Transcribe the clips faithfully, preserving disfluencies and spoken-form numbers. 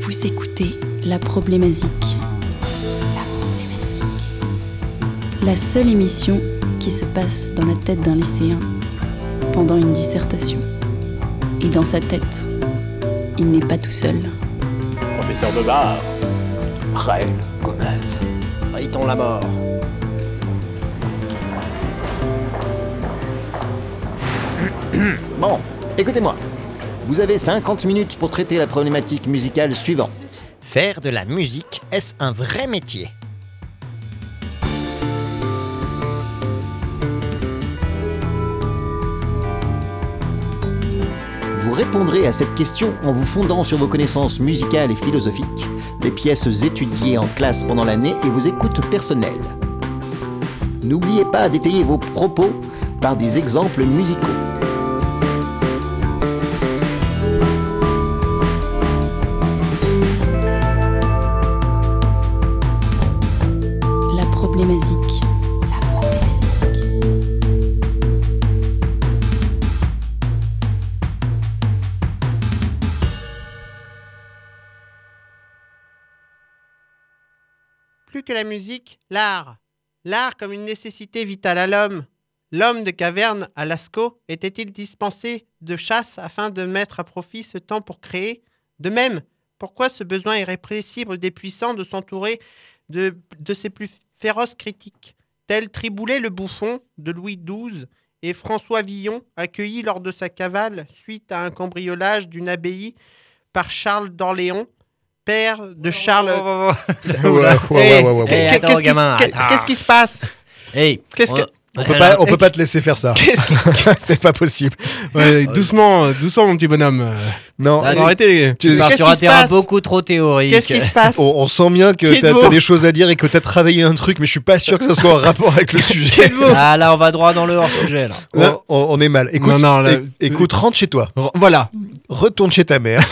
Vous écoutez La Problématique. La Problématique. La seule émission qui se passe dans la tête d'un lycéen pendant une dissertation. Et dans sa tête, il n'est pas tout seul. Professeur Bebard. Raël Gomez. Riton la mort. Bon, écoutez-moi. Vous avez cinquante minutes pour traiter la problématique musicale suivante. Faire de la musique, est-ce un vrai métier ? Vous répondrez à cette question en vous fondant sur vos connaissances musicales et philosophiques, les pièces étudiées en classe pendant l'année et vos écoutes personnelles. N'oubliez pas d'étayer vos propos par des exemples musicaux. La problématique. La problématique. Plus que la musique, l'art. L'art comme une nécessité vitale à l'homme. L'homme de caverne à Lascaux était-il dispensé de chasse afin de mettre à profit ce temps pour créer ? De même, pourquoi ce besoin irrépressible des puissants de s'entourer de, de ses plus féroces critiques, tels Triboulet le Bouffon de Louis douze et François Villon, accueilli lors de sa cavale suite à un cambriolage d'une abbaye par Charles d'Orléans, père de Charles... Ouais, ouais, ouais, ouais, ouais, ouais. Qu'est- Hey, qu'est- attends, qu'est-ce qui- gamin, qu'est- attends. Qu'est-ce qui se passe ? Hey, Qu'est-ce que... on peut pas, on peut pas te laisser faire ça. Qu'est-ce qui... C'est pas possible. Ouais, doucement, doucement, mon petit bonhomme. Non. Ah, et- arrêtez. tu- Tu pars Qu'est-ce sur qui un se terrain passe beaucoup trop théorique. Qu'est-ce qui se passe ? on, on sent bien que Qui t'as, êtes-vous t'as des choses à dire et que t'as travaillé un truc, mais je suis pas sûr que ça soit en rapport avec le sujet. Qui êtes-vous ? Ah là, on va droit dans le hors-sujet là. On, on- on est mal. Écoute, Non, non, là- é- écoute, rentre chez toi. Voilà. Retourne chez ta mère.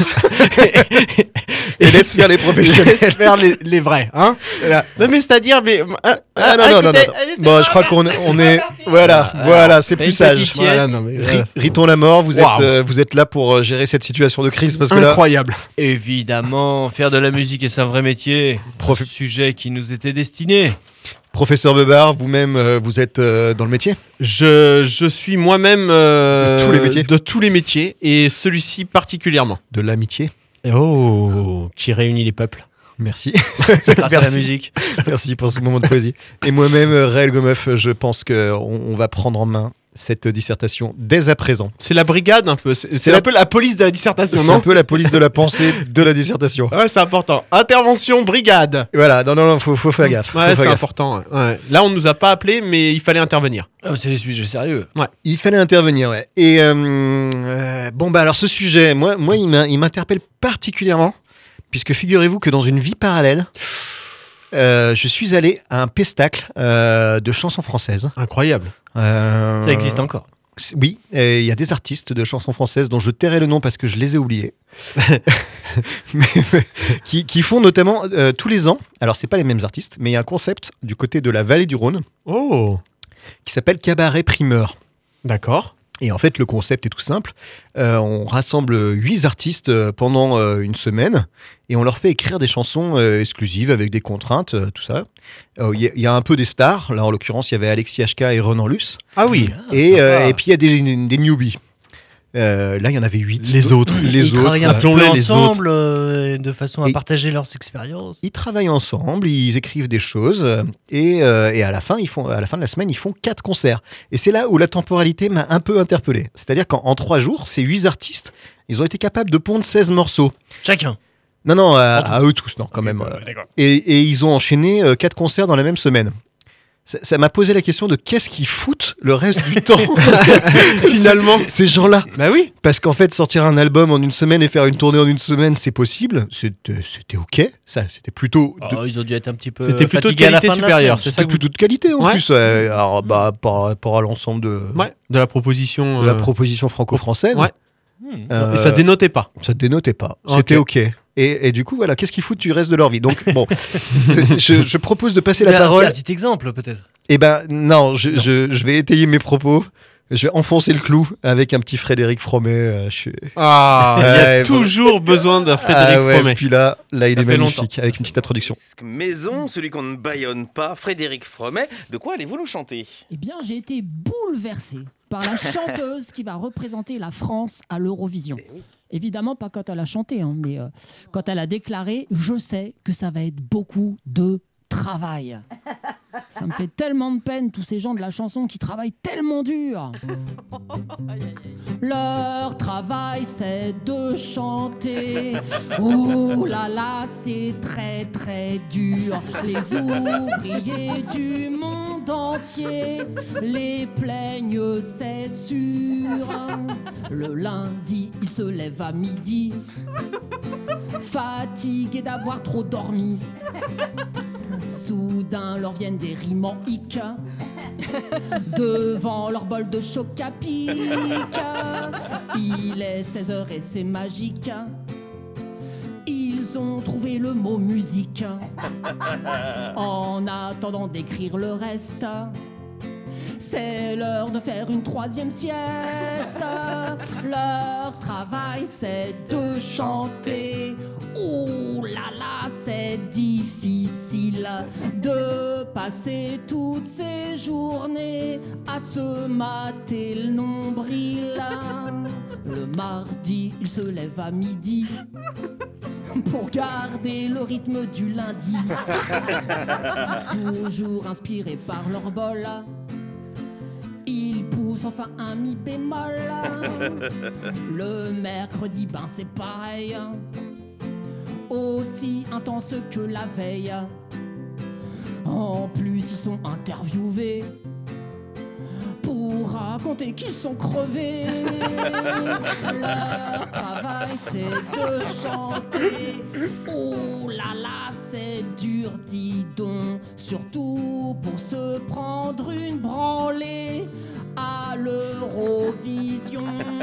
Et laisse faire les professionnels. Laisse faire les, les vrais, hein. Voilà. Non mais c'est-à-dire, mais... Ah non, non, non, non. Bon, je crois qu'on est, on est, voilà, voilà, c'est Fais plus une sage. petite Voilà, sieste. non, mais, Ri- voilà. Riton la mort, vous Waouh. êtes, euh, vous êtes là pour euh, gérer cette situation de crise parce que là, Incroyable. Évidemment, faire de la musique est un vrai métier. Prof- Un sujet qui nous était destiné. professeur Bebard, vous-même, euh, vous êtes euh, dans le métier. Je, je suis moi-même... euh, De tous les métiers. De tous les métiers, et celui-ci particulièrement. De l'amitié. Oh, qui réunit les peuples. Merci. Grâce à la musique. Merci pour ce moment de poésie. Et moi-même, euh, Raël Gomeuf, je pense qu'on on va prendre en main cette dissertation dès à présent. C'est la brigade un peu, c'est, c'est, C'est un la- peu la police de la dissertation, C'est un non ? peu la police de la pensée de la dissertation. Ouais, c'est important. Intervention brigade. Voilà, non, non, non, faut, faut faire gaffe. Ouais, faut c'est faire gaffe. important. Ouais. Ouais. Là, on nous a pas appelé, mais il fallait intervenir. Ah, c'est des sujets sérieux. Il fallait intervenir, ouais. Et euh, euh, bon, bah alors ce sujet, moi, moi il, m'a- il m'interpelle particulièrement, puisque figurez-vous que dans une vie parallèle, euh, je suis allé à un pestacle euh, de chansons françaises. Incroyable. Euh, Ça existe encore. c'est- Oui, et il y a des artistes de chansons françaises dont je tairai le nom parce que je les ai oubliés, Mais- mais- qui, qui font notamment euh, tous les ans, alors c'est pas les mêmes artistes, mais il y a un concept du côté de la vallée du Rhône Oh, qui s'appelle Cabaret Primeur. d'accord. Et en fait, le concept est tout simple. Euh, on rassemble huit artistes euh, pendant euh, une semaine et on leur fait écrire des chansons euh, exclusives avec des contraintes, euh, tout ça. Euh, Il y, a- il y a un peu des stars. Là, en l'occurrence, il y avait Alexis H K et Renan Luce. Ah oui, Et, euh, et puis, il y a des, des newbies. Euh, là, il y en avait huit. Les autres. Les Ils autres. travaillent un peu appelons-les les ensemble euh, de façon à Et- partager leurs expériences. Ils travaillent ensemble, ils écrivent des choses euh, et, euh, et à la fin, ils font, à la fin de la semaine, ils font quatre concerts. Et c'est là où la temporalité m'a un peu interpellé. C'est-à-dire qu'en en trois jours, ces huit artistes, ils ont été capables de pondre seize morceaux. Chacun. Non, non, à, à eux tous, non, quand même. bah, euh. Et, et ils ont enchaîné euh, quatre concerts dans la même semaine. Ça, ça m'a posé la question de qu'est-ce qu'ils foutent le reste du temps, finalement, ces gens-là. bah oui. Parce qu'en fait, sortir un album en une semaine et faire une tournée en une semaine, c'est possible. C'était, c'était ok. Ça, c'était plutôt, de, Oh, ils ont dû être un petit peu C'était plutôt de fatigués à la qualité fin de la supérieure, semaine. c'est ça c'était que vous... plutôt de qualité en Ouais. plus. ouais. Alors, bah, par rapport à l'ensemble de, Ouais, de la proposition. de la euh, proposition franco-française, Ouais. Hmm. euh, Et ça dénotait pas. ça dénotait pas. Ok. C'était ok. Et, et du coup, voilà, qu'est-ce qu'ils foutent du reste de leur vie. Donc, bon, c'est- je, je propose de passer la Fais un- parole. fais Un petit exemple peut-être. Eh ben non, je, je, je vais étayer mes propos Je vais enfoncer le clou avec un petit Frédéric Fromet. euh, je suis... Ah, il y a Ouais, toujours besoin d'un Frédéric Ah ouais, Fromet. Puis là, là, il Ça est fait magnifique avec une petite introduction. Maison, celui qu'on ne bâillonne pas, Frédéric Fromet. De quoi allez-vous nous chanter? Eh bien, j'ai été bouleversée par la chanteuse qui va représenter la France à l'Eurovision. Évidemment, pas quand elle a chanté, hein, mais euh, quand elle a déclaré « Je sais que ça va être beaucoup de travail ». Ça me fait tellement de peine, tous ces gens de la chanson qui travaillent tellement dur. Leur travail, c'est de chanter. Ouh là là, c'est très très dur. Les ouvriers du monde entier les plaignent, c'est sûr. Le lundi, ils se lèvent à midi, fatigués d'avoir trop dormi. Soudain leur viennent des rimes en hic devant leur bol de choc à pic. Il est seize heures et c'est magique. Ils ont trouvé le mot musique. En attendant d'écrire le reste, c'est l'heure de faire une troisième sieste. Leur travail, c'est de chanter. Ouh là là, c'est difficile de passer toutes ces journées à se mater le nombril. Le mardi, ils se lèvent à midi pour garder le rythme du lundi. Toujours inspirés par leur bol, ils poussent enfin un mi bémol. Le mercredi, ben c'est pareil, aussi intense que la veille. En plus, ils sont interviewés pour raconter qu'ils sont crevés. Leur travail, c'est de chanter. Oh là là, c'est dur, dis donc. Surtout pour se prendre une branlée à l'Eurovision.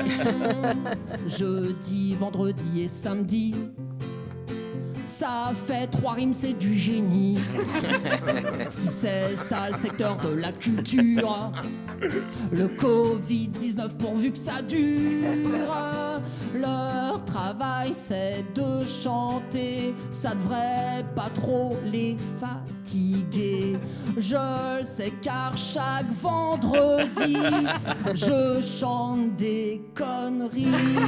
Jeudi, vendredi et samedi, ça fait trois rimes, c'est du génie. Si c'est ça le secteur de la culture, le covid dix-neuf pourvu que ça dure. Leur travail c'est de chanter, ça devrait pas trop les fatiguer. Je le sais car chaque vendredi, je chante des conneries.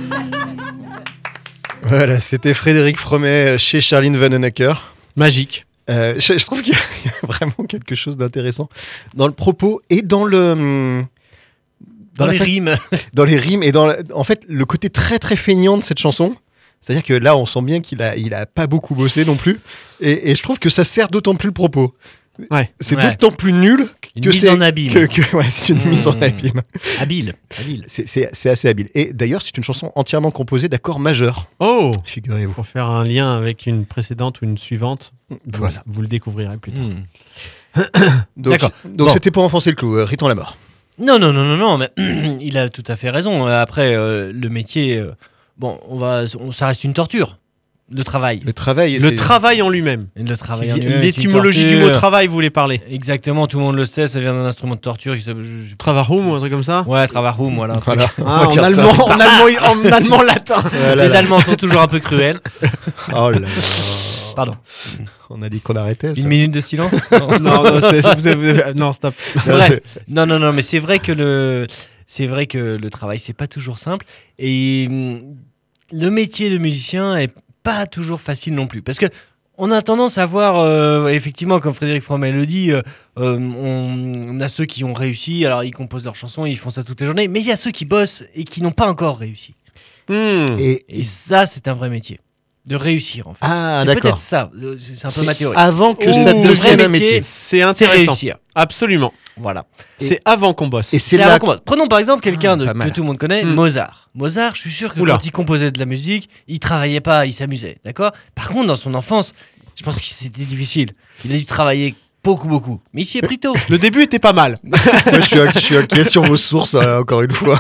Voilà, c'était Frédéric Fromet chez Charline Vanhoenacker. Magique. Euh, je, je trouve qu'il y, a, il y a vraiment quelque chose d'intéressant dans le propos et dans le Dans, dans les fa- rimes. dans les rimes et dans la- en fait le côté très très feignant de cette chanson. C'est-à-dire que là, on sent bien qu'il a il a pas beaucoup bossé non plus, et, et je trouve que ça sert d'autant plus le propos. Ouais. C'est Ouais. d'autant plus nul Une que mise c'est en abîme. que, que- ouais, c'est une Mmh. mise en abîme. Habile. Habile. C'est, c'est, c'est assez habile. Et d'ailleurs, c'est une chanson entièrement composée d'accords majeurs, Oh, figurez-vous. pour faire un lien avec une précédente ou une suivante, Voilà. vous, vous le découvrirez plus tard. Hmm. Donc, D'accord. donc Bon. c'était pour enfoncer le clou. Euh, Riton la mort. Non, non, non, non, non, mais il a tout à fait raison. Après, euh, le métier, euh, bon, on va, on- ça reste une torture. Le travail. Le travail. Le c'est- travail en lui-même. Le travail. en lui-même est une L'étymologie du mot torture. travail, vous voulez parler. Exactement, tout le monde le sait, ça vient d'un instrument de torture. Qui s'appelle- je- je- Travarum ou un truc comme ça. Ouais, Travarum, voilà. un truc. Voilà. Ah, On va en, dire ça. allemand, en, allemand, en allemand latin. Voilà, Les là. Allemands sont toujours un peu cruels. Oh là là. Pardon. On a dit qu'on arrêtait. ça. Une minute de silence. Non. non, non, c'est- c'est- vous avez- vous avez- non, stop. Non, Bref. c'est- Non, non, non, mais c'est vrai que le, c'est vrai que le travail, c'est pas toujours simple. Et hum, le métier de musicien est pas toujours facile non plus. Parce que on a tendance à voir, euh, effectivement, comme Frédéric Fromet le dit, euh, euh, on, on a ceux qui ont réussi, alors ils composent leurs chansons, ils font ça toute la journée, mais il y a ceux qui bossent et qui n'ont pas encore réussi. Hmm. Et, Et ça, c'est un vrai métier. De réussir, en fait. ah, c'est d'accord. peut-être ça. euh, C'est un peu ma théorie. Avant que Oh, ça le devienne vrai un métier. métier, C'est C'est intéressant. réussir. Absolument. Voilà. C'est avant qu'on bosse. Et c'est C'est là. avant qu'on bosse. Prenons par exemple quelqu'un Ah, de- pas mal. que tout le monde connaît, Hmm. Mozart. Mozart, je suis sûr que Oula. quand il composait de la musique, il travaillait pas, il s'amusait, d'accord ? Par contre, dans son enfance, je pense que c'était difficile. Il a dû travailler beaucoup, beaucoup. Mais il s'y est pris tôt. Le début était pas mal. Moi, je suis, je suis inquiet sur vos sources, euh, encore une fois.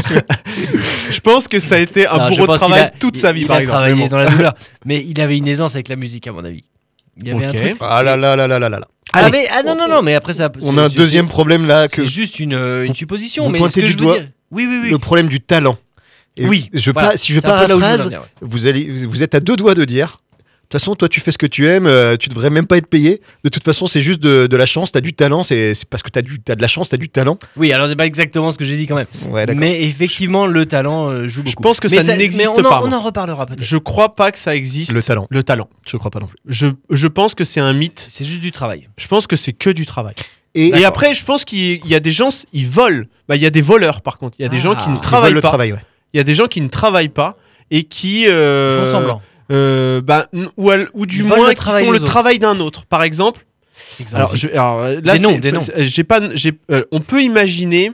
Je pense que ça a été un Non, je bourreau de pense qu'il travail a- toute il- sa vie, il par a exemple. travaillé Mais bon. dans la douleur. Mais il avait une aisance avec la musique, à mon avis. Il y avait Ok. un truc. Ah là là là là là là là. Ah, mais- ah non, non, non, mais après ça. On c'est- a un c'est- deuxième problème là C'est que juste une, euh, une supposition. vous mais pointez ce que du je veux doigt dire- Oui, oui, oui. le problème du talent. Et Oui, je voilà. pas, si je C'est un peu là où je veux paraphrase, en venir, ouais. vous allez, vous êtes à deux doigts de dire. De toute façon, toi, tu fais ce que tu aimes, euh, tu devrais même pas être payé. De toute façon, c'est juste de, de la chance, t'as du talent, c'est c'est parce que t'as du, t'as de la chance, t'as du talent. Oui, alors c'est pas exactement ce que j'ai dit quand même. Ouais, d'accord. Mais effectivement, le talent euh, joue beaucoup. Je pense que Mais ça n'existe mais on en- pas, On moi. en reparlera peut-être. Je crois pas que ça existe. Le talent. Le talent. Je crois pas non plus. Je, je pense que c'est un mythe. C'est juste du travail. Je pense que c'est que du travail. Et, Et après, je pense qu'il y- il y a des gens, ils volent. Bah, il y a des voleurs, par contre. Il y a des Ah. gens qui ne Ils travaillent le pas. travail, ouais. Il y a des gens qui ne travaillent pas et qui euh, Ils font semblant. euh, bah, n- ou, al- ou du Ils volent moins le qui travail sont des le autres. travail d'un autre. Par exemple, alors, je- alors, euh, là, Des noms, c'est- des noms. c'est- j'ai pas, j'ai, euh, on peut imaginer,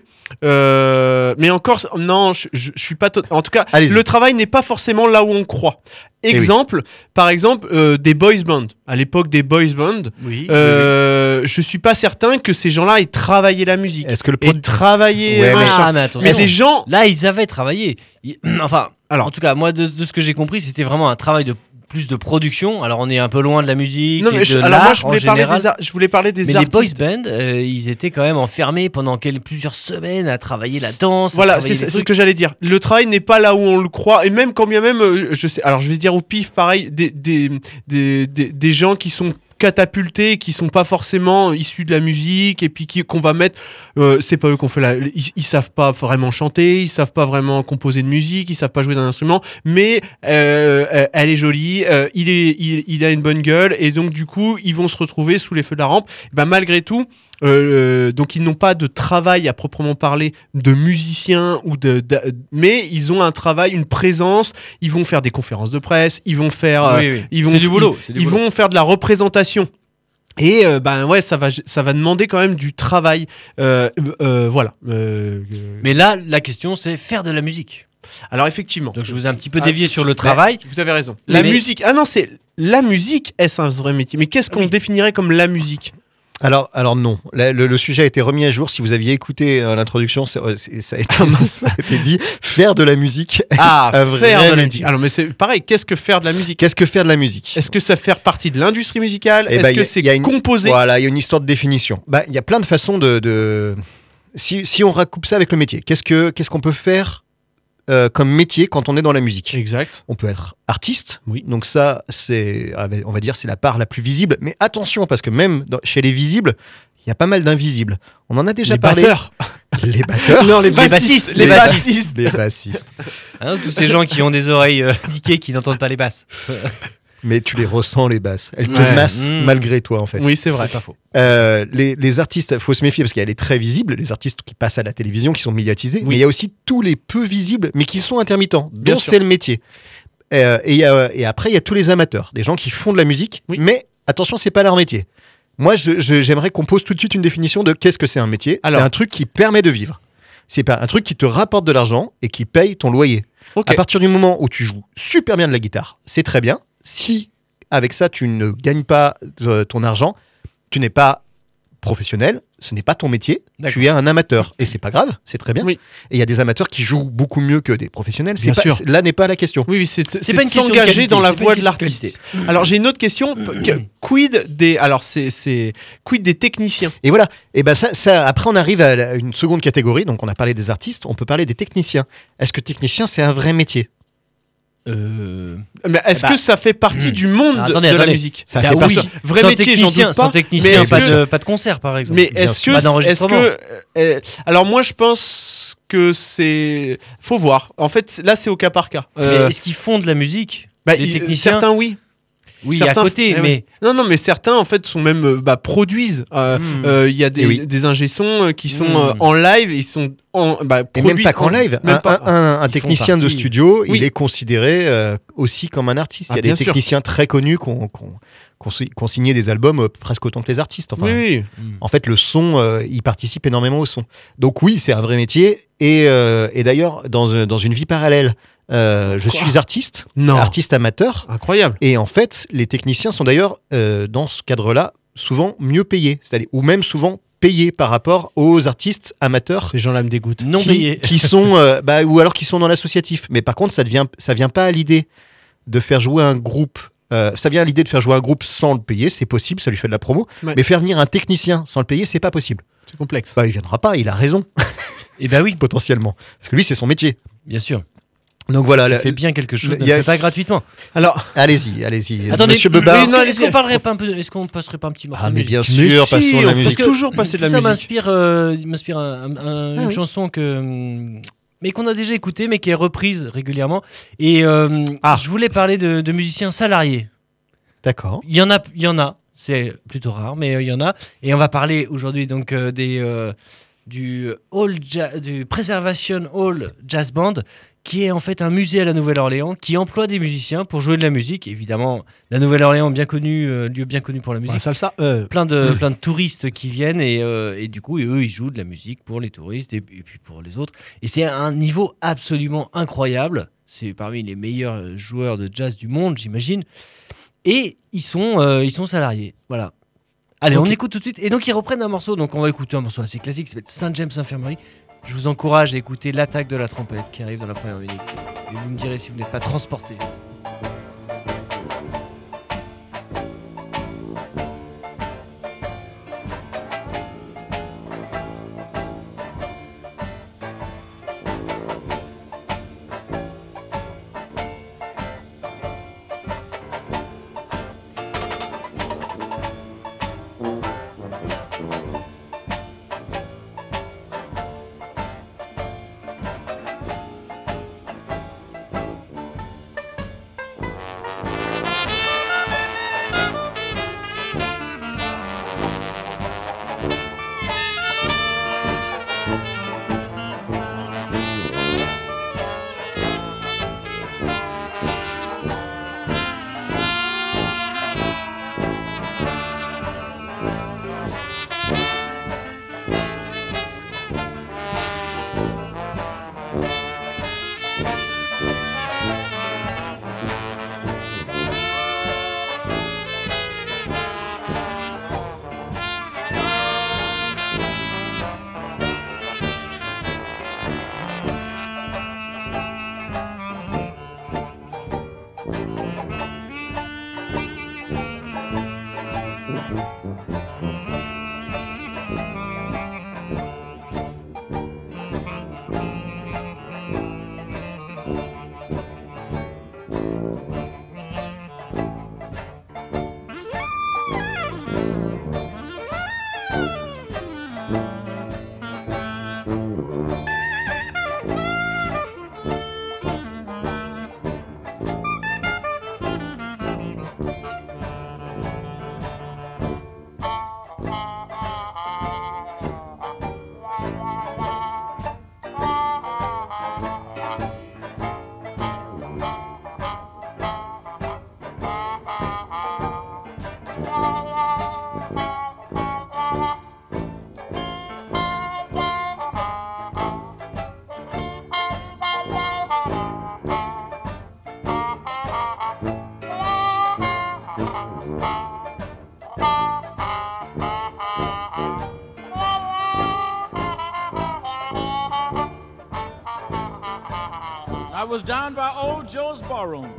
euh, mais encore, non, je, je, je suis pas. to- En tout cas, Allez-y. le travail n'est pas forcément là où on croit. Eh oui. Exemple, par exemple, euh, des boys bands. À l'époque des boys bands, Oui. euh, je suis pas certain que ces gens-là aient travaillé la musique. Est-ce que le Et produ- travaillé, Ouais, mais- machin. Ah, mais attention. mais des gens. Là, ils avaient travaillé. Ils- Enfin, Alors. en tout cas, moi, de, de ce que j'ai compris, c'était vraiment un travail de plus de production. Alors, on est un peu loin de la musique Non, et mais je, de alors l'art moi, je en voulais, parler général. des, ar- je voulais parler des Mais les boys artistes. bands, euh, ils étaient quand même enfermés pendant quel- plusieurs semaines à travailler la danse. à Voilà, travailler c'est les c'est ce trucs. que j'allais dire. Le travail n'est pas là où on le croit. Et même quand bien même, euh, je sais, alors je vais dire au pif, pareil, des, des, des, des, des gens qui sont catapultés, qui sont pas forcément issus de la musique, et puis qui- qu'on va mettre, euh, c'est pas eux qu'on fait la, ils, ils savent pas vraiment chanter, ils savent pas vraiment composer de musique, ils savent pas jouer d'un instrument, mais euh, euh, elle est jolie, euh, il est, il, il a une bonne gueule, et donc du coup, ils vont se retrouver sous les feux de la rampe. Ben malgré tout. Euh, donc ils n'ont pas de travail à proprement parler de musiciens ou de, de- mais ils ont un travail, une présence. Ils vont faire des conférences de presse, ils vont faire, euh, Oui, oui. ils vont, C'est du boulot, ils, c'est du ils boulot. vont faire de la représentation. Et euh, ben ouais, ça va, ça va demander quand même du travail. Euh, euh, voilà. Euh, euh, Mais là, la question, c'est faire de la musique. alors effectivement. Donc, je vous ai un petit peu Ah, dévié sur le mais travail. Vous avez raison. La Mais- musique. Ah non, c'est la musique. Est-ce un vrai métier? Mais qu'est-ce qu'on définirait comme la musique? Alors, alors non. La- le, le sujet a été remis à jour. Si vous aviez écouté euh, l'introduction, c'est- euh, c'est- ça, a été, ça a été dit. Faire de la musique, est Ah, un vrai faire de la métier. musique. Alors mais c'est pareil. Qu'est-ce que faire de la musique? Qu'est-ce que faire de la musique? Est-ce que ça fait partie de l'industrie musicale? Eh Est-ce ben, y que a- c'est y a une- composé? Voilà, il y a une histoire de définition. Bah, il y a plein de façons de. de... Si, si on recoupe ça avec le métier, qu'est-ce que qu'est-ce qu'on peut faire euh, comme métier quand on est dans la musique? Exact. On peut être artiste. Oui. Donc ça, c'est, on va dire, c'est la part la plus visible. Mais attention, parce que même dans- chez les visibles, il y a pas mal d'invisibles. On en a déjà Les parlé. batteurs. Les batteurs. Non, les Les bassistes. bassistes, Les les bassistes. Les bassistes. Hein, tous ces gens qui ont des oreilles euh, niquées, qui n'entendent pas les basses. Mais tu les ressens, les basses. Elles te Ouais. massent Mmh. malgré toi, en fait. Oui, c'est vrai. C'est pas faux. Euh, les, les artistes, faut se méfier parce qu'elle est très visible, les artistes qui passent à la télévision, qui sont médiatisés, Oui. mais il y a aussi tous les peu visibles, mais qui sont intermittents, Bien dont sûr. c'est le métier. Euh, et, il y a- et après, il y a tous les amateurs, des gens qui font de la musique, Oui. mais attention, c'est pas leur métier. Moi, je- je- j'aimerais qu'on pose tout de suite une définition de qu'est-ce que c'est un métier. Alors. C'est un truc qui permet de vivre. C'est pas un truc qui te rapporte de l'argent et qui paye ton loyer. Ok. À partir du moment où tu joues super bien de la guitare, c'est très bien. Si avec ça tu ne gagnes pas euh, ton argent, tu n'es pas professionnel, ce n'est pas ton métier, D'accord. tu es un amateur. Et c'est pas grave, c'est très bien. Oui. Et il y a des amateurs qui jouent beaucoup mieux que des professionnels. C'est Bien pas- sûr. c'est- Là n'est pas la question. Oui, oui, c'est c'est pas de une question de s'engager qualité, dans la c'est pas voie une de question de l'artiste. Alors j'ai une autre question. Que- quid des alors c'est c'est quid des techniciens? Et voilà. Et ben ça, ça, après on arrive à la- une seconde catégorie. Donc on a parlé des artistes, on peut parler des techniciens. Est-ce que technicien c'est un vrai métier? Euh... Mais est-ce Bah. que ça fait partie du monde Ah, de- attendez, de la attendez. musique? Ça Bah fait oui, partie. Vrai sans métier, j'en technicien, doute sans pas. technicien, Mais est-ce pas, que- de, pas de concert, par exemple. Mais Bien est-ce sûr. que, Pas est-ce d'enregistrement. que, euh, alors moi je pense que c'est, faut voir. En fait, là c'est au cas par cas. Mais Euh, est-ce qu'ils font de la musique bah, les il- techniciens certains oui. Oui, certains- à côté, eh oui. mais Non, non, mais certains en fait sont même euh, bah, produisent. Euh, Hmm. euh, Il y a des, Eh oui. des ingé sons euh, qui sont Hmm. euh, en live, ils sont en, bah, Et même produisent pas qu'en live. même Un, pas. un- un- un Ils font technicien de partie. studio, Oui. il est considéré euh, aussi comme un artiste. Ah, Il y a des bien sûr. techniciens très connus qui ont, qui ont- qui ont si- qui ont signé des albums euh, presque autant que les artistes. Enfin, Oui, oui. En fait, le son, euh, il participe énormément au son. Donc oui, c'est un vrai métier. Et, euh, et d'ailleurs, dans, euh, dans une vie parallèle, euh, je Quoi suis artiste, Non. artiste amateur. Incroyable. Et en fait, les techniciens sont d'ailleurs, euh, dans ce cadre-là, souvent mieux payés. C'est-à-dire, ou même souvent payés par rapport aux artistes amateurs Ces gens-là me dégoûtent. non qui, payés. qui sont, euh, bah, ou alors qui sont dans l'associatif. Mais par contre, ça ne vient, ça vient pas à l'idée de faire jouer un groupe Euh, ça vient à l'idée de faire jouer un groupe sans le payer, c'est possible, ça lui fait de la promo. Ouais. Mais faire venir un technicien sans le payer, c'est pas possible. C'est complexe. Bah, il viendra pas, il a raison. Et bah oui, potentiellement. Parce que lui, c'est son métier. bien sûr. Donc voilà. Il la- fait bien quelque chose, le- ne il y a- le fait pas gratuitement. Alors, Allez-y, allez-y. Attendez, Monsieur Bebard. est-ce que- est-ce qu'on parlerait pas un peu, est-ce qu'on passerait pas un petit morceau Ah, de mais musique bien Mais sûr, si, passons de la on peut musique. toujours passer de la Tout ça musique. m'inspire, euh, il m'inspire un- un- Ah une oui. chanson que, hum, mais qu'on a déjà écoutée, mais qui est reprise régulièrement. Et euh, Ah. je voulais parler de, de musiciens salariés. D'accord. Il y en a, il y en a. C'est plutôt rare, mais euh, il y en a. Et on va parler aujourd'hui donc euh, des euh, du Hall Ja- du Preservation Hall Jazz Band, qui est en fait un musée à la Nouvelle-Orléans qui emploie des musiciens pour jouer de la musique. Évidemment, la Nouvelle-Orléans bien connu, euh, lieu bien connu pour la musique. Ouais, salsa, euh, Plein de, plein de touristes qui viennent et, euh, et du coup, eux, ils jouent de la musique pour les touristes et, et puis pour les autres. Et c'est un niveau absolument incroyable. C'est parmi les meilleurs joueurs de jazz du monde, j'imagine. Et ils sont, euh, ils sont salariés. Voilà. Allez, Ok. on écoute tout de suite. Et donc, ils reprennent un morceau. Donc, on va écouter un morceau assez classique qui s'appelle Saint James Infirmary. Je vous encourage à écouter l'attaque de la trompette qui arrive dans la première minute. Et vous me direz si vous n'êtes pas transporté. I was down by old Joe's Barroom,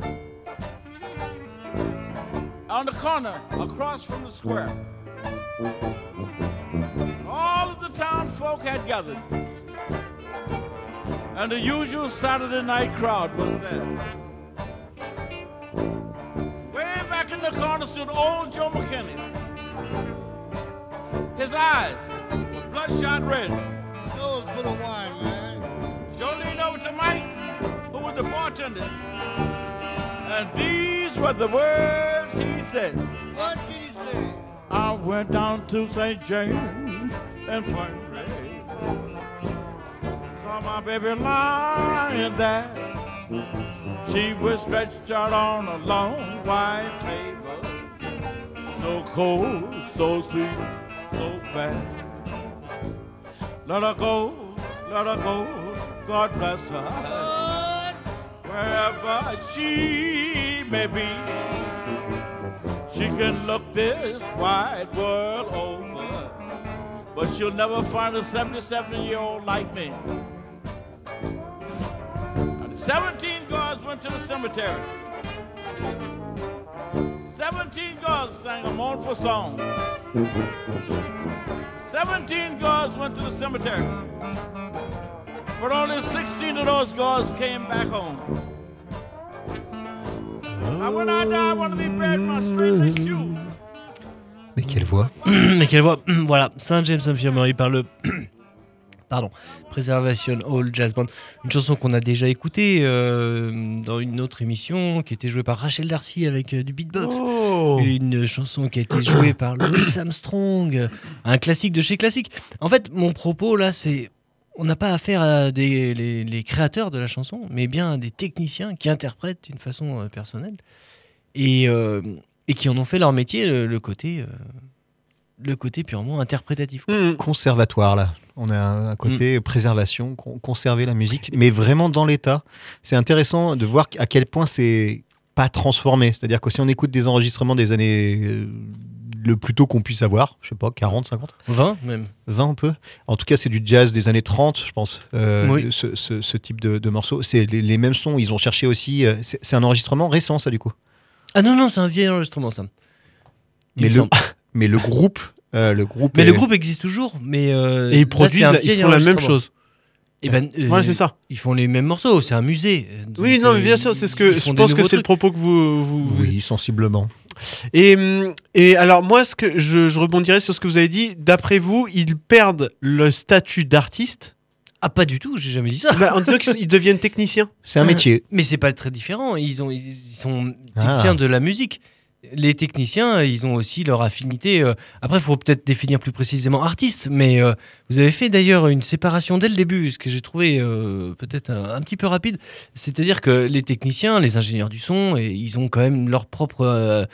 on the corner across from the square. All of the town folk had gathered, and the usual Saturday night crowd was there. Way back in the corner stood old Joe McKinney. His eyes were bloodshot red. Joe's put a wine, man. Joe leaned over to Mike, who was the bartender, and these were the words he said. What did he say? I went down to Saint James and Fernley, saw my baby lying there. She was stretched out on a long white table, so cold, so sweet, so fat. Let her go, let her go, God bless her. Wherever she may be, she can look this wide world over, but she'll never find a seventy-seven-year-old like me. And the seventeen guards went to the cemetery. seventeen girls sang a mournful song. seventeen girls went to the cemetery, but only sixteen of those girls came back home. And when I die, I want to be buried in my straight shoes. Mais quelle voix. Mais quelle voix. Voilà, Saint James Infirmary par le... Pardon, Preservation Hall Jazz Band. Une chanson qu'on a déjà écoutée euh, dans une autre émission qui était jouée par Rachel Darcy avec euh, du beatbox. Oh. Une chanson qui a été jouée par Louis Armstrong. Un classique de chez classique. En fait, mon propos là, c'est... On n'a pas affaire à des, les, les créateurs de la chanson, mais bien à des techniciens qui interprètent d'une façon euh, personnelle et, euh, et qui en ont fait leur métier, le, le côté, euh, le côté purement interprétatif. Mmh. Conservatoire, là. On a un, un côté mmh. préservation, con, conserver la musique, mais vraiment dans l'état. C'est intéressant de voir à quel point c'est pas transformé. C'est-à-dire que si on écoute des enregistrements des années... Euh, le plus tôt qu'on puisse avoir, je sais pas, quarante, cinquante vingt même. vingt un peu. En tout cas, c'est du jazz des années trente, je pense, euh, oui. ce, ce, ce type de, de morceaux. C'est les, les mêmes sons, ils ont cherché aussi... Euh, c'est, c'est un enregistrement récent, ça, du coup. Ah non, non, c'est un vieil enregistrement, ça. Mais le, mais le groupe... Euh, le groupe mais est... le groupe existe toujours, mais... Euh, Et ils produisent, là, la, ils font la même chose. Et ben, euh, voilà, c'est ça. Ils font les mêmes morceaux, c'est un musée. Donc, oui, non, mais bien sûr, c'est ce que je pense que c'est trucs. le propos que vous, vous. Oui, sensiblement. Et, et alors, moi, ce que je, je rebondirais sur ce que vous avez dit. D'après vous, ils perdent le statut d'artiste? Ah, pas du tout, j'ai jamais dit ça. Bah, en disant qu'ils deviennent techniciens. C'est un métier. Mais c'est pas très différent. Ils, ont, ils sont techniciens ah. de la musique. Les techniciens, ils ont aussi leur affinité. Après, il faut peut-être définir plus précisément artiste, mais euh, vous avez fait d'ailleurs une séparation dès le début, ce que j'ai trouvé euh, peut-être un, un petit peu rapide. C'est-à-dire que les techniciens, les ingénieurs du son, et ils ont quand même leur propre euh,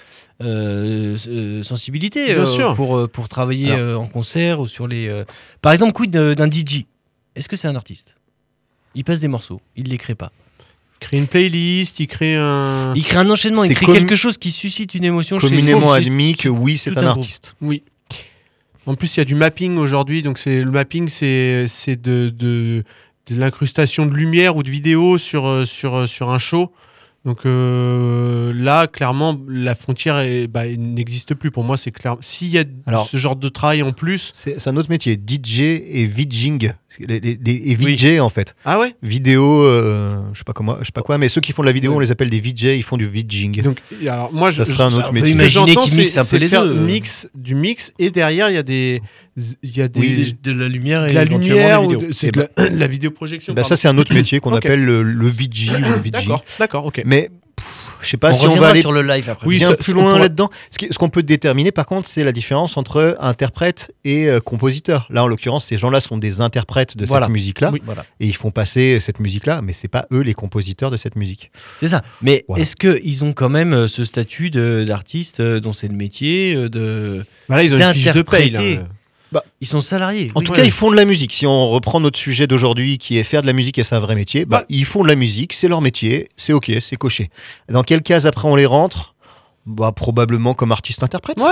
euh, sensibilité euh, pour, pour travailler euh, en concert ou sur les. Euh... Par exemple, quid d'un D J? Est-ce que c'est un artiste? Il passe des morceaux, il ne les crée pas. Il crée une playlist, il crée un... Il crée un enchaînement, c'est il crée com... quelque chose qui suscite une émotion chez les communément admis que oui, c'est un, un artiste. Oui. En plus, il y a du mapping aujourd'hui, donc c'est, le mapping, c'est, c'est de, de, de l'incrustation de lumière ou de vidéo sur, sur, sur un show. Donc euh, là, clairement, la frontière est, bah, n'existe plus. Pour moi, c'est clair. S'il y a Alors, ce genre de travail en plus... C'est, c'est un autre métier, D J et VJing. Les, les, les, et V J, oui. en fait. Ah ouais Vidéo, euh, je sais pas comment, je sais pas quoi, mais ceux qui font de la vidéo, ouais. on les appelle des V J, ils font du VJing. Donc, alors, moi, ça je, serait un autre métier. Imaginer qu'ils mixent un peu les deux. Mix, du mix, et derrière, il y a des... Il y a des, oui, de la lumière et de la lumière ou de, c'est de la, de la vidéoprojection. Bah ça, c'est un autre métier qu'on okay. appelle le, le V J ou le V J. D'accord, d'accord, ok. Mais... Je sais pas on si on va aller sur le live après. Oui, bien ça, plus loin pourra... là-dedans. Ce, qui, ce qu'on peut déterminer, par contre, c'est la différence entre interprète et euh, compositeur. Là, en l'occurrence, ces gens-là sont des interprètes de voilà. cette musique-là, oui, voilà. et ils font passer cette musique-là, mais c'est pas eux les compositeurs de cette musique. C'est ça. Mais voilà. Est-ce que ils ont quand même ce statut de, d'artiste dont c'est le métier de bah là, ils ont une fiche de paye. Là. Bah, ils sont salariés. En oui. tout ouais. cas, ils font de la musique. Si on reprend notre sujet d'aujourd'hui, qui est faire de la musique et c'est un vrai métier, bah, bah, ils font de la musique, c'est leur métier, c'est ok, c'est coché. Dans quelle case après on les rentre? Bah, probablement comme artiste-interprète. Ouais.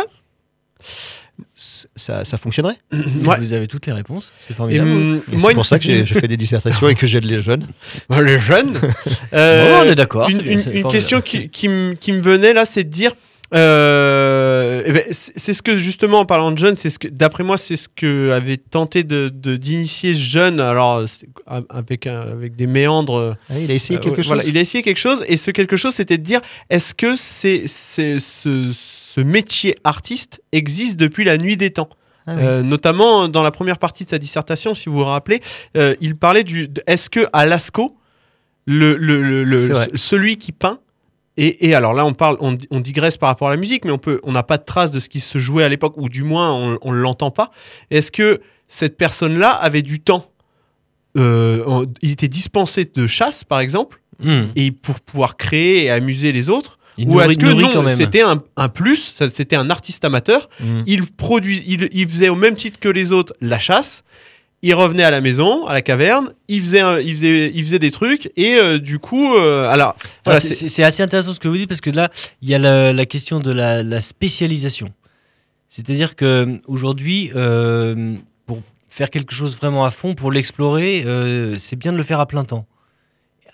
Ça, ça fonctionnerait. Ouais. Vous avez toutes les réponses, c'est formidable. Hum, moi, c'est pour une... ça que j'ai, j'ai fait des dissertations et que j'aide les jeunes. Les jeunes euh, non, on est d'accord. Une, c'est bien, une, c'est une question qui, qui, m- qui me venait là, c'est de dire. Euh, eh ben, c'est ce que justement en parlant de jeunes, c'est ce que d'après moi c'est ce que avait tenté de, de d'initier jeune, alors avec un, avec des méandres. Ah, il a essayé euh, quelque ouais, chose. Voilà, il a essayé quelque chose et ce quelque chose c'était de dire est-ce que c'est, c'est ce, ce métier artiste existe depuis la nuit des temps. Ah oui. euh, notamment dans la première partie de sa dissertation, si vous vous rappelez, euh, il parlait du de, est-ce que à Lascaux le, le, le, le c- celui qui peint Et, et alors là, on parle, on, on digresse par rapport à la musique, mais on peut, on n'a pas de trace de ce qui se jouait à l'époque, ou du moins, on ne l'entend pas. Est-ce que cette personne-là avait du temps euh, on, il était dispensé de chasse, par exemple, mmh. et pour pouvoir créer et amuser les autres. Il ou nourrit, est-ce que non, quand même. c'était un, un plus, ça, c'était un artiste amateur. Mmh. Il, produit, il, il faisait au même titre que les autres la chasse. Il revenait à la maison, à la caverne, il faisait, un, il faisait, il faisait des trucs, et euh, du coup, euh, alors, voilà, ah, c'est, c'est, c'est assez intéressant ce que vous dites, parce que là, il y a la, la question de la, la spécialisation. C'est-à-dire qu'aujourd'hui, euh, pour faire quelque chose vraiment à fond, pour l'explorer, euh, c'est bien de le faire à plein temps.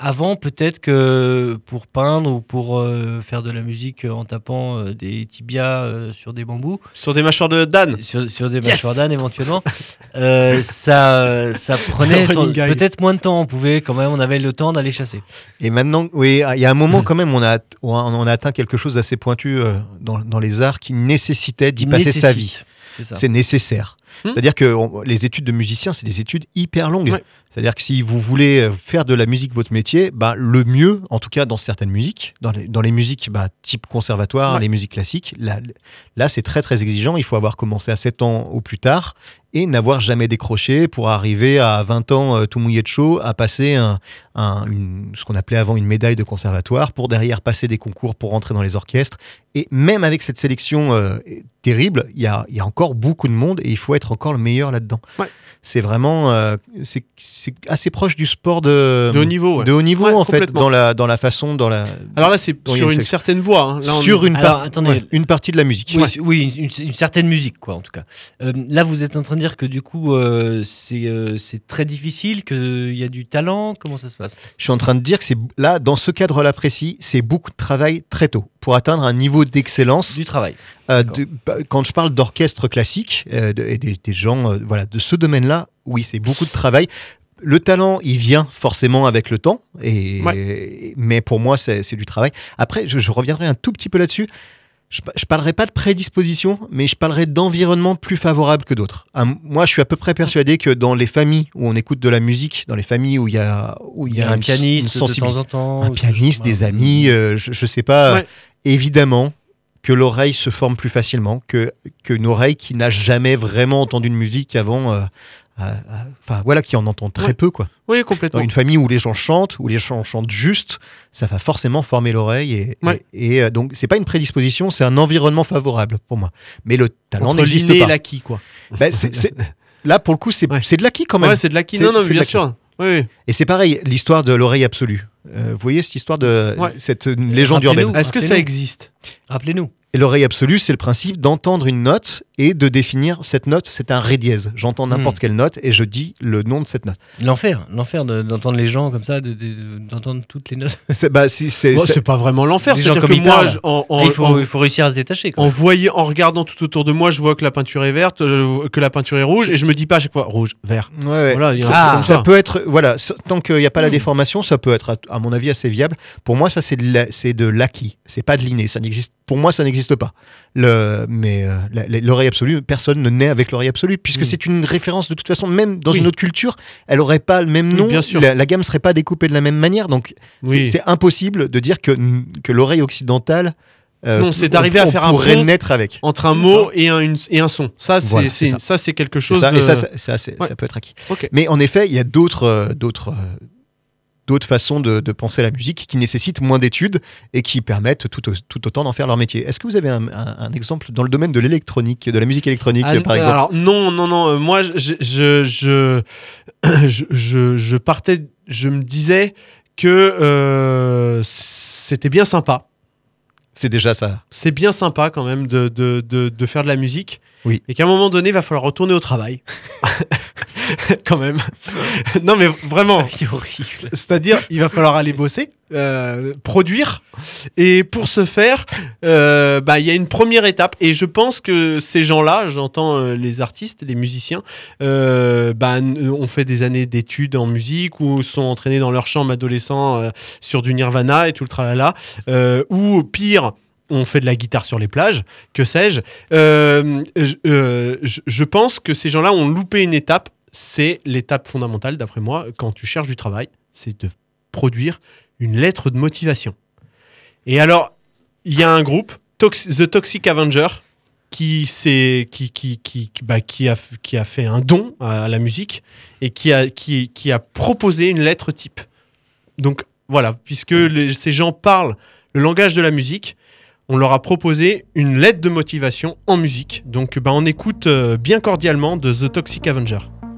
avant, peut-être que pour peindre ou pour euh, faire de la musique en tapant euh, des tibias euh, sur des bambous, Sur des mâchoires de d'âne. sur, sur des Yes. mâchoires d'âne éventuellement, euh, ça, ça prenait Running son- gag. peut-être moins de temps. On pouvait quand même, on avait le temps d'aller chasser. Et maintenant, oui, il y a un moment quand même, on a, on a atteint quelque chose d'assez pointu euh, dans, dans les arts qui nécessitait d'y passer Nécessite. sa vie. C'est ça. C'est nécessaire. Hmm. C'est-à-dire que on- les études de musicien, c'est des études hyper longues. Ouais. C'est-à-dire que si vous voulez euh, faire de la musique votre métier, bah, le mieux, en tout cas dans certaines musiques, dans les, dans les musiques bah, type conservatoire, Ouais. les musiques classiques, là, là c'est très très exigeant. Il faut avoir commencé à sept ans au plus tard et n'avoir jamais décroché pour arriver à vingt ans euh, tout mouillé de chaud à passer un, un- une- ce qu'on appelait avant une médaille de conservatoire pour derrière passer des concours pour rentrer dans les orchestres. Et même avec cette sélection euh, terrible, il y a, il y a encore beaucoup de monde et il faut être encore le meilleur là-dedans. Ouais. C'est vraiment euh, c'est, c'est assez proche du sport de, De haut niveau, ouais. de haut niveau Ouais, en fait, complètement. dans la, dans la façon, dans la, Alors là, c'est Donc, il y a sur une une section. certaine voie. hein. Là, on- sur une, Alors, part- attendez. ouais, une partie de la musique. Oui, Ouais. c- oui, une, une- une certaine musique, quoi, en tout cas. Euh, là, vous êtes en train de dire que du coup, euh, c'est euh, c'est très difficile, qu'il y a du talent. Comment ça se passe? Je suis en train de dire que c'est là, dans ce cadre-là précis, c'est beaucoup de travail très tôt pour atteindre un niveau d'excellence. Du travail. Euh, D'accord. de- bah, quand je parle d'orchestre classique euh, de- et des, des gens euh, voilà, de ce domaine-là, oui, c'est beaucoup de travail. Le talent, il vient forcément avec le temps, et, et- mais pour moi, c'est c'est du travail. Après, je, je reviendrai un tout petit peu là-dessus. Je ne parlerai pas de prédisposition, mais je parlerai d'environnement plus favorable que d'autres. Ah, moi, je suis à peu près persuadé que dans les familles où on écoute de la musique, dans les familles où il y a, où il y a un une- pianiste une sensibilité, de temps en temps. un ou ce pianiste, genre- des amis, euh, je, je sais pas. Ouais. Évidemment que l'oreille se forme plus facilement que qu'une oreille qui n'a jamais vraiment entendu de musique avant. euh, à- à- Enfin voilà, qui en entend très Ouais. peu quoi. Oui, Dans complètement. une famille où les gens chantent, où les gens chantent juste, ça va forcément former l'oreille et, Ouais. et, et, euh, donc c'est pas une prédisposition, c'est un environnement favorable pour moi. Mais le talent Entre n'existe l'inné pas. et l'acquis, quoi. Ben, c'est- c'est- Là pour le coup c'est Ouais. c'est de l'acquis quand même. Ouais, c'est de l'acquis. C'est- Non, non, c'est mais de bien l'acquis. sûr. Oui, oui. Et c'est pareil, l'histoire de l'oreille absolue. Euh, vous voyez cette histoire de Ouais. cette légende Rappelez-nous. urbaine. Est-ce que ça Rappelez-nous. existe? Rappelez-nous. Et l'oreille absolue, c'est le principe d'entendre une note et de définir cette note. C'est un ré dièse. J'entends n'importe Hmm. quelle note et je dis le nom de cette note. L'enfer, l'enfer de- d'entendre les gens comme ça, de- de- d'entendre toutes les notes. C'est bah, si, c'est, Bon, c'est- c'est pas vraiment l'enfer. Les gens C'est-à-dire comme que ils moi, parlent. je- en, en- Ah, il, faut, en- il faut réussir à se détacher. Quoi. en voyant, en regardant tout autour de moi, je vois que la peinture est verte, euh, que la peinture est rouge, et je me dis pas à chaque fois rouge, vert. Ouais, ouais. Voilà, il y a un ça, truc ça- comme ça ça. peut être, voilà, ça- tant qu'il n'y a pas la déformation, ça peut être, à, à mon avis, assez viable. Pour moi, ça, c'est de, la- c'est de l'acquis. C'est pas de l'inné. Ça n'existe, pour moi, ça n'existe pas. Le, mais euh, la- la- l'oreille absolue, personne ne naît avec l'oreille absolue, puisque Mm. c'est une référence de toute façon, même dans Oui. une autre culture, elle aurait pas le même Oui, nom. bien sûr. La, la gamme serait pas découpée de la même manière. Donc, c'est, Oui. c'est impossible de dire que, que l'oreille occidentale. euh, Non, c'est on- d'arriver à on faire un pourrait pont naître avec. Entre un mot et un, une- et un son. Ça, c'est Voilà, c'est- c'est ça. ça, c'est quelque C'est chose ça, de... Et ça, ça, ça, c'est- Ouais. ça peut être acquis. Ok. Mais en effet, il y a d'autres, euh, d'autres, euh, d'autres façons de, de penser la musique qui nécessitent moins d'études et qui permettent tout, au- tout autant d'en faire leur métier. Est-ce que vous avez un, un- un exemple dans le domaine de l'électronique, de la musique électronique, Ah, par exemple? Alors non, non, non. euh, moi, je, je, je, je, je, je partais, je me disais que euh, c'était bien sympa. C'est déjà ça. C'est bien sympa quand même de, de, de, de faire de la musique. Oui. Et qu'à un moment donné, il va falloir retourner au travail. quand même. Non, mais vraiment. C'est horrible. C'est-à-dire, il va falloir aller bosser, euh, produire. Et pour ce faire, euh, bah, il y a une première étape. Et je pense que ces gens-là, j'entends euh, les artistes, les musiciens, euh, bah, n- ont fait des années d'études en musique ou sont entraînés dans leur chambre adolescent euh, sur du Nirvana et tout le tralala. Euh, ou pire, on fait de la guitare sur les plages, que sais-je. Euh, je, euh, je- je pense que ces gens-là ont loupé une étape. C'est l'étape fondamentale, d'après moi, quand tu cherches du travail, c'est de produire une lettre de motivation. Et alors, il y a un groupe, Tox- The Toxic Avenger, qui, s'est- qui, qui, qui, qui- bah, qui, a, qui a fait un don à la musique et qui a, qui, qui a proposé une lettre type. Donc voilà, puisque les- ces gens parlent le langage de la musique, on leur a proposé une lettre de motivation en musique. Donc bah, on écoute euh, bien cordialement de The Toxic Avenger.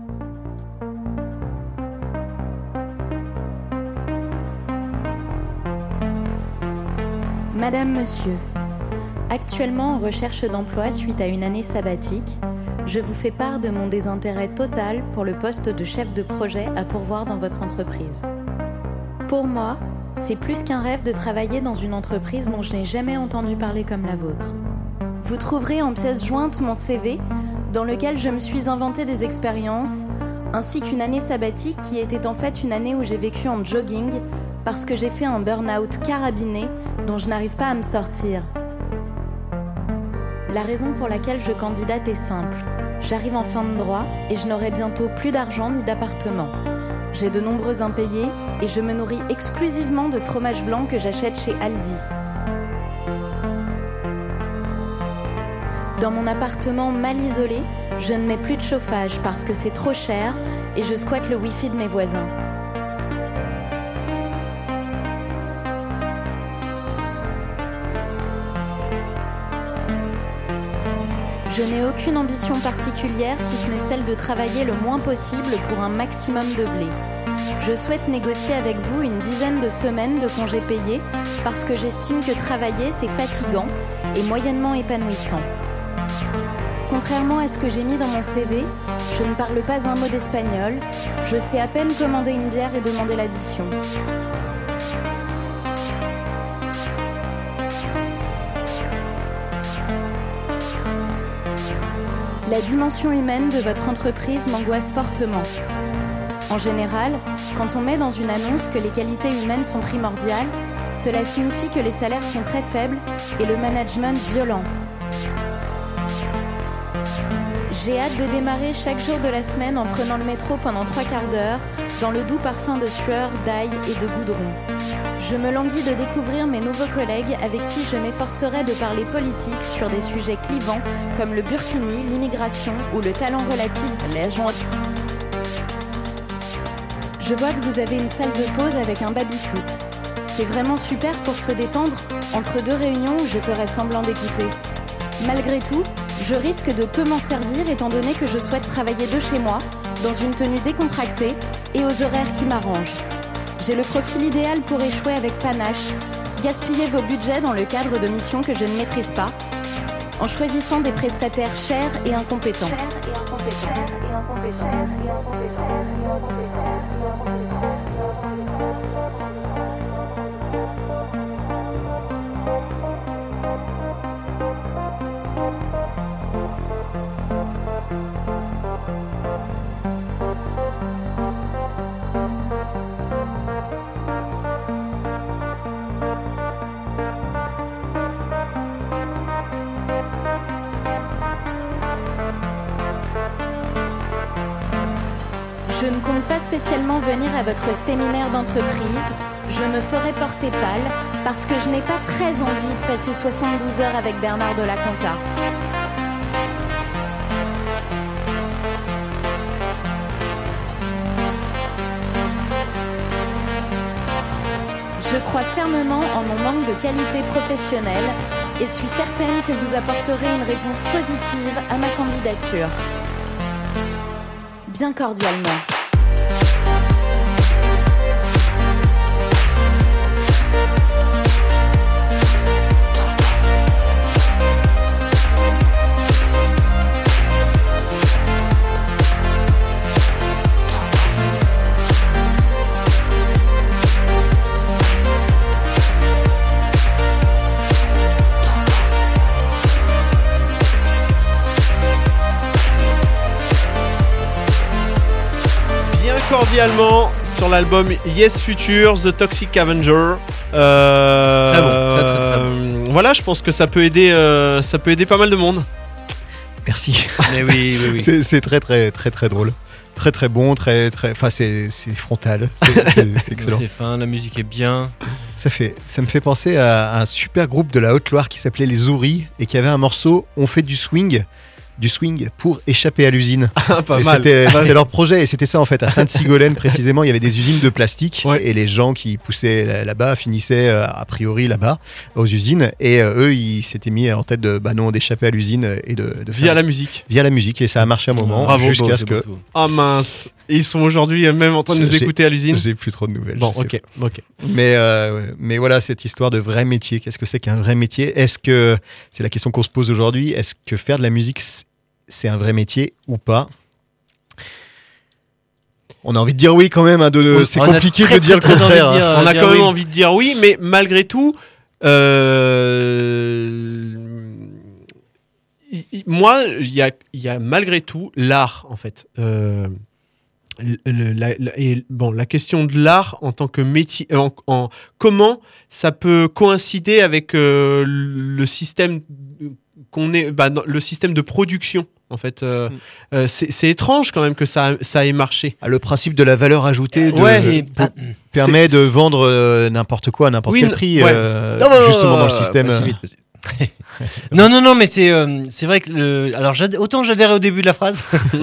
Madame, Monsieur, actuellement en recherche d'emploi suite à une année sabbatique, je vous fais part de mon désintérêt total pour le poste de chef de projet à pourvoir dans votre entreprise. Pour moi, c'est plus qu'un rêve de travailler dans une entreprise dont je n'ai jamais entendu parler comme la vôtre. Vous trouverez en pièce jointe mon C V, dans lequel je me suis inventé des expériences, ainsi qu'une année sabbatique qui était en fait une année où j'ai vécu en jogging, parce que j'ai fait un burn-out carabiné dont je n'arrive pas à me sortir. La raison pour laquelle je candidate est simple. J'arrive en fin de droit et je n'aurai bientôt plus d'argent ni d'appartement. J'ai de nombreux impayés et je me nourris exclusivement de fromage blanc que j'achète chez Aldi. Dans mon appartement mal isolé, je ne mets plus de chauffage parce que c'est trop cher et je squatte le wifi de mes voisins. Je n'ai aucune ambition particulière si ce n'est celle de travailler le moins possible pour un maximum de blé. Je souhaite négocier avec vous une dizaine de semaines de congés payés parce que j'estime que travailler c'est fatigant et moyennement épanouissant. Contrairement à ce que j'ai mis dans mon C V, je ne parle pas un mot d'espagnol, je sais à peine commander une bière et demander l'addition. La dimension humaine de votre entreprise m'angoisse fortement. En général, quand on met dans une annonce que les qualités humaines sont primordiales, cela signifie que les salaires sont très faibles et le management violent. J'ai hâte de démarrer chaque jour de la semaine en prenant le métro pendant trois quarts d'heure, dans le doux parfum de sueur, d'ail et de goudron. Je me languis de découvrir mes nouveaux collègues avec qui je m'efforcerai de parler politique sur des sujets clivants comme le burkini, l'immigration ou le talent relatif à la jointe. Je vois que vous avez une salle de pause avec un baby-foot. C'est vraiment super pour se détendre entre deux réunions où je ferai semblant d'écouter. Malgré tout, je risque de peu m'en servir étant donné que je souhaite travailler de chez moi, dans une tenue décontractée et aux horaires qui m'arrangent. J'ai le profil idéal pour échouer avec panache, gaspiller vos budgets dans le cadre de missions que je ne maîtrise pas, en choisissant des prestataires chers et incompétents. Je ne compte pas spécialement venir à votre séminaire d'entreprise. Je me ferai porter pâle parce que je n'ai pas très envie de passer soixante-douze heures avec Bernard de la Conta. Je crois fermement en mon manque de qualité professionnelle et suis certaine que vous apporterez une réponse positive à ma candidature. Bien cordialement. Cordialement sur l'album Yes Future, The Toxic Avenger. Euh, très bon, très, très, très bon. Euh, voilà, je pense que ça peut aider, euh, ça peut aider pas mal de monde. Merci. Mais oui, oui, oui. c'est, c'est très très très très drôle, très très bon, très très. Enfin, c'est, c'est frontal. C'est, c'est, c'est excellent. C'est fin, la musique est bien. Ça fait, ça me fait penser à un super groupe de la Haute-Loire qui s'appelait les Ouris et qui avait un morceau On fait du swing. du swing pour échapper à l'usine. Ah, pas et mal. C'était, c'était leur projet et c'était ça en fait. À Sainte-Sigolène précisément, il y avait des usines de plastique ouais. et les gens qui poussaient là-bas finissaient euh, a priori là-bas aux usines et euh, eux ils s'étaient mis en tête de bah non d'échapper à l'usine et de, de via faire, la musique. Via la musique et ça a marché un moment. Bravo, jusqu'à bon, ce que. Ah mince. Et ils sont aujourd'hui même en train de nous j'ai, écouter à l'usine. J'ai plus trop de nouvelles. Bon, ok, ok. Mais euh, mais voilà cette histoire de vrai métier. Qu'est-ce que c'est qu'un vrai métier ? Est-ce que c'est la question qu'on se pose aujourd'hui ? Est-ce que faire de la musique c'est un vrai métier ou pas ? On a envie de dire oui quand même, hein, de, de- c'est On a compliqué très, de dire très, le très envie de contraire. dire, hein. euh, On a dire quand même oui. envie de dire oui, mais malgré tout, euh, il- il- moi, il y a, il y a malgré tout l'art, en fait. Euh, le- le- la, la- et, bon, la question de l'art en tant que métier, en, en- comment ça peut coïncider avec euh, le système qu'on est, bah, dans- le système de production. En fait, euh, Mm. euh, c'est c'est étrange quand même que ça, ça ait marché. Ah, le principe de la valeur ajoutée de- Ouais, et- pour- Ah, permet c'est- de vendre euh, n'importe quoi à n'importe Oui, quel n- prix, ouais. euh, Non, non, justement non, dans le non, système. pas si euh, vite, pas si vite. non, non, non, mais c'est euh, c'est vrai que le, alors j'ad- autant j'adhérais au début de la phrase,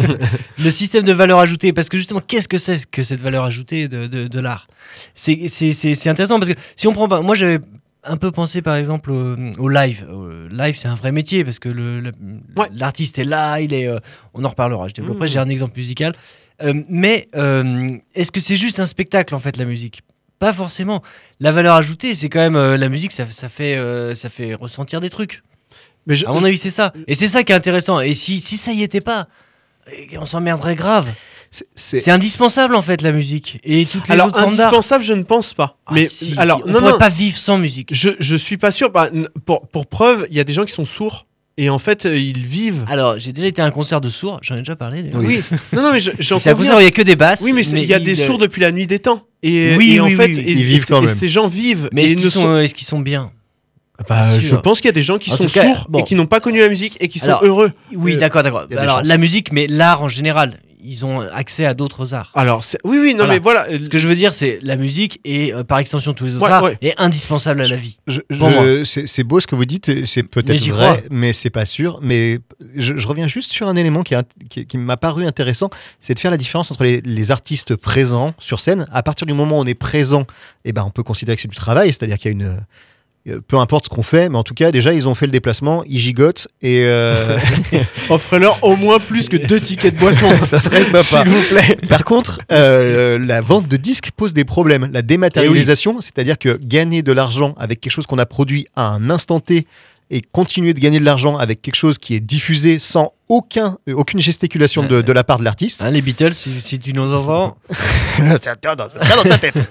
le système de valeur ajoutée, parce que justement, qu'est-ce que c'est que cette valeur ajoutée de, de, de l'art? C'est c'est- c'est- c'est intéressant parce que si on prend pas, moi j'avais un peu pensé par exemple au, au live. Au live, c'est un vrai métier parce que le, le- Ouais. l'artiste est là, il est, euh, on en reparlera. Je développerai. Mmh. J'ai un exemple musical, Euh, mais euh, est-ce que c'est juste un spectacle en fait la musique? Pas forcément. La valeur ajoutée, c'est quand même euh, la musique, ça, ça fait euh, ça fait ressentir des trucs. Mais je- À mon avis, c'est ça. Et c'est ça qui est intéressant. Et si, si ça y était pas, eh, on s'emmerderait grave. c'est- c'est- C'est indispensable en fait la musique et toutes les alors autres formes d'art. indispensable, je ne pense pas. Ah, mais si, alors si, on non, pourrait non. pas vivre sans musique. Je, je suis pas sûr. Bah, n- pour, pour preuve, il y a des gens qui sont sourds et en fait, euh, ils vivent. Alors, j'ai déjà été à un concert de sourds, j'en ai déjà parlé d'ailleurs. Oui. non, non, mais je- j'en C'est un concert où conviens. il y a que des basses. Oui, mais c'est- il y a des ils, euh, sourds depuis la nuit des temps. Et, Oui, et en oui, fait, oui, oui. et- Ils et vivent c'est- quand et même. ces gens vivent. Mais et est-ce ne qu'ils sont, euh, est-ce qu'ils sont bien? Bah, Bien je sûr. pense qu'il y a des gens qui En sont tout cas, sourds bon. et qui n'ont pas connu la musique et qui sont Alors, heureux. Oui, Euh, d'accord, d'accord. y a des Alors, chances. la musique, mais l'art en général, ils ont accès à d'autres arts. Alors, c'est- oui, oui, non, Voilà. mais voilà. Ce que je veux dire, c'est la musique et euh, par extension tous les autres Ouais, arts ouais. est indispensable à la vie. Je- Pour je- moi. c'est c'est beau ce que vous dites, et c'est Mais peut-être j'y vrai, crois. mais c'est pas sûr. Mais je, je reviens juste sur un élément qui, a- qui, qui m'a paru intéressant, c'est de faire la différence entre les, les artistes présents sur scène. À partir du moment où on est présent, eh ben on peut considérer que c'est du travail, c'est-à-dire qu'il y a une euh, peu importe ce qu'on fait, mais en tout cas déjà ils ont fait le déplacement, ils gigotent et euh, Offrez-leur au moins plus que deux tickets de boisson. ça serait sympa. S'il vous plaît. Par contre, euh, la vente de disques pose des problèmes. La dématérialisation, c'est-à-dire que gagner de l'argent avec quelque chose qu'on a produit à un instant T et continuer de gagner de l'argent avec quelque chose qui est diffusé sans aucun, euh, aucune gesticulation de, de la part de l'artiste. Hein, les Beatles, si, si tu nous en vends. Tiens, tiens, dans, tiens dans ta tête.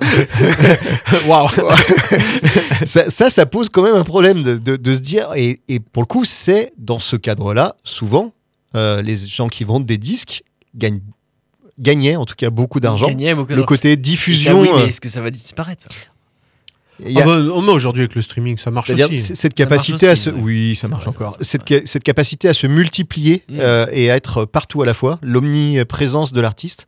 Waouh. ça, ça, ça pose quand même un problème de, de- de se dire, et, et pour le coup, c'est dans ce cadre-là, souvent, euh, les gens qui vendent des disques gagnent, gagnaient en tout cas beaucoup d'argent. Gagnaient beaucoup Le d'argent. côté Et ça, diffusion, oui, mais euh, est-ce que ça va disparaître ça il y a- Ah bah, oh, mais aujourd'hui avec le streaming, ça marche c'est-à-dire aussi. c- cette Ça marche capacité à aussi, se, ouais. oui, ça C'est marche vrai, encore. c'est Cette, vrai. ca- cette capacité à se multiplier Mm. euh, et à être partout à la fois, l'omniprésence de l'artiste.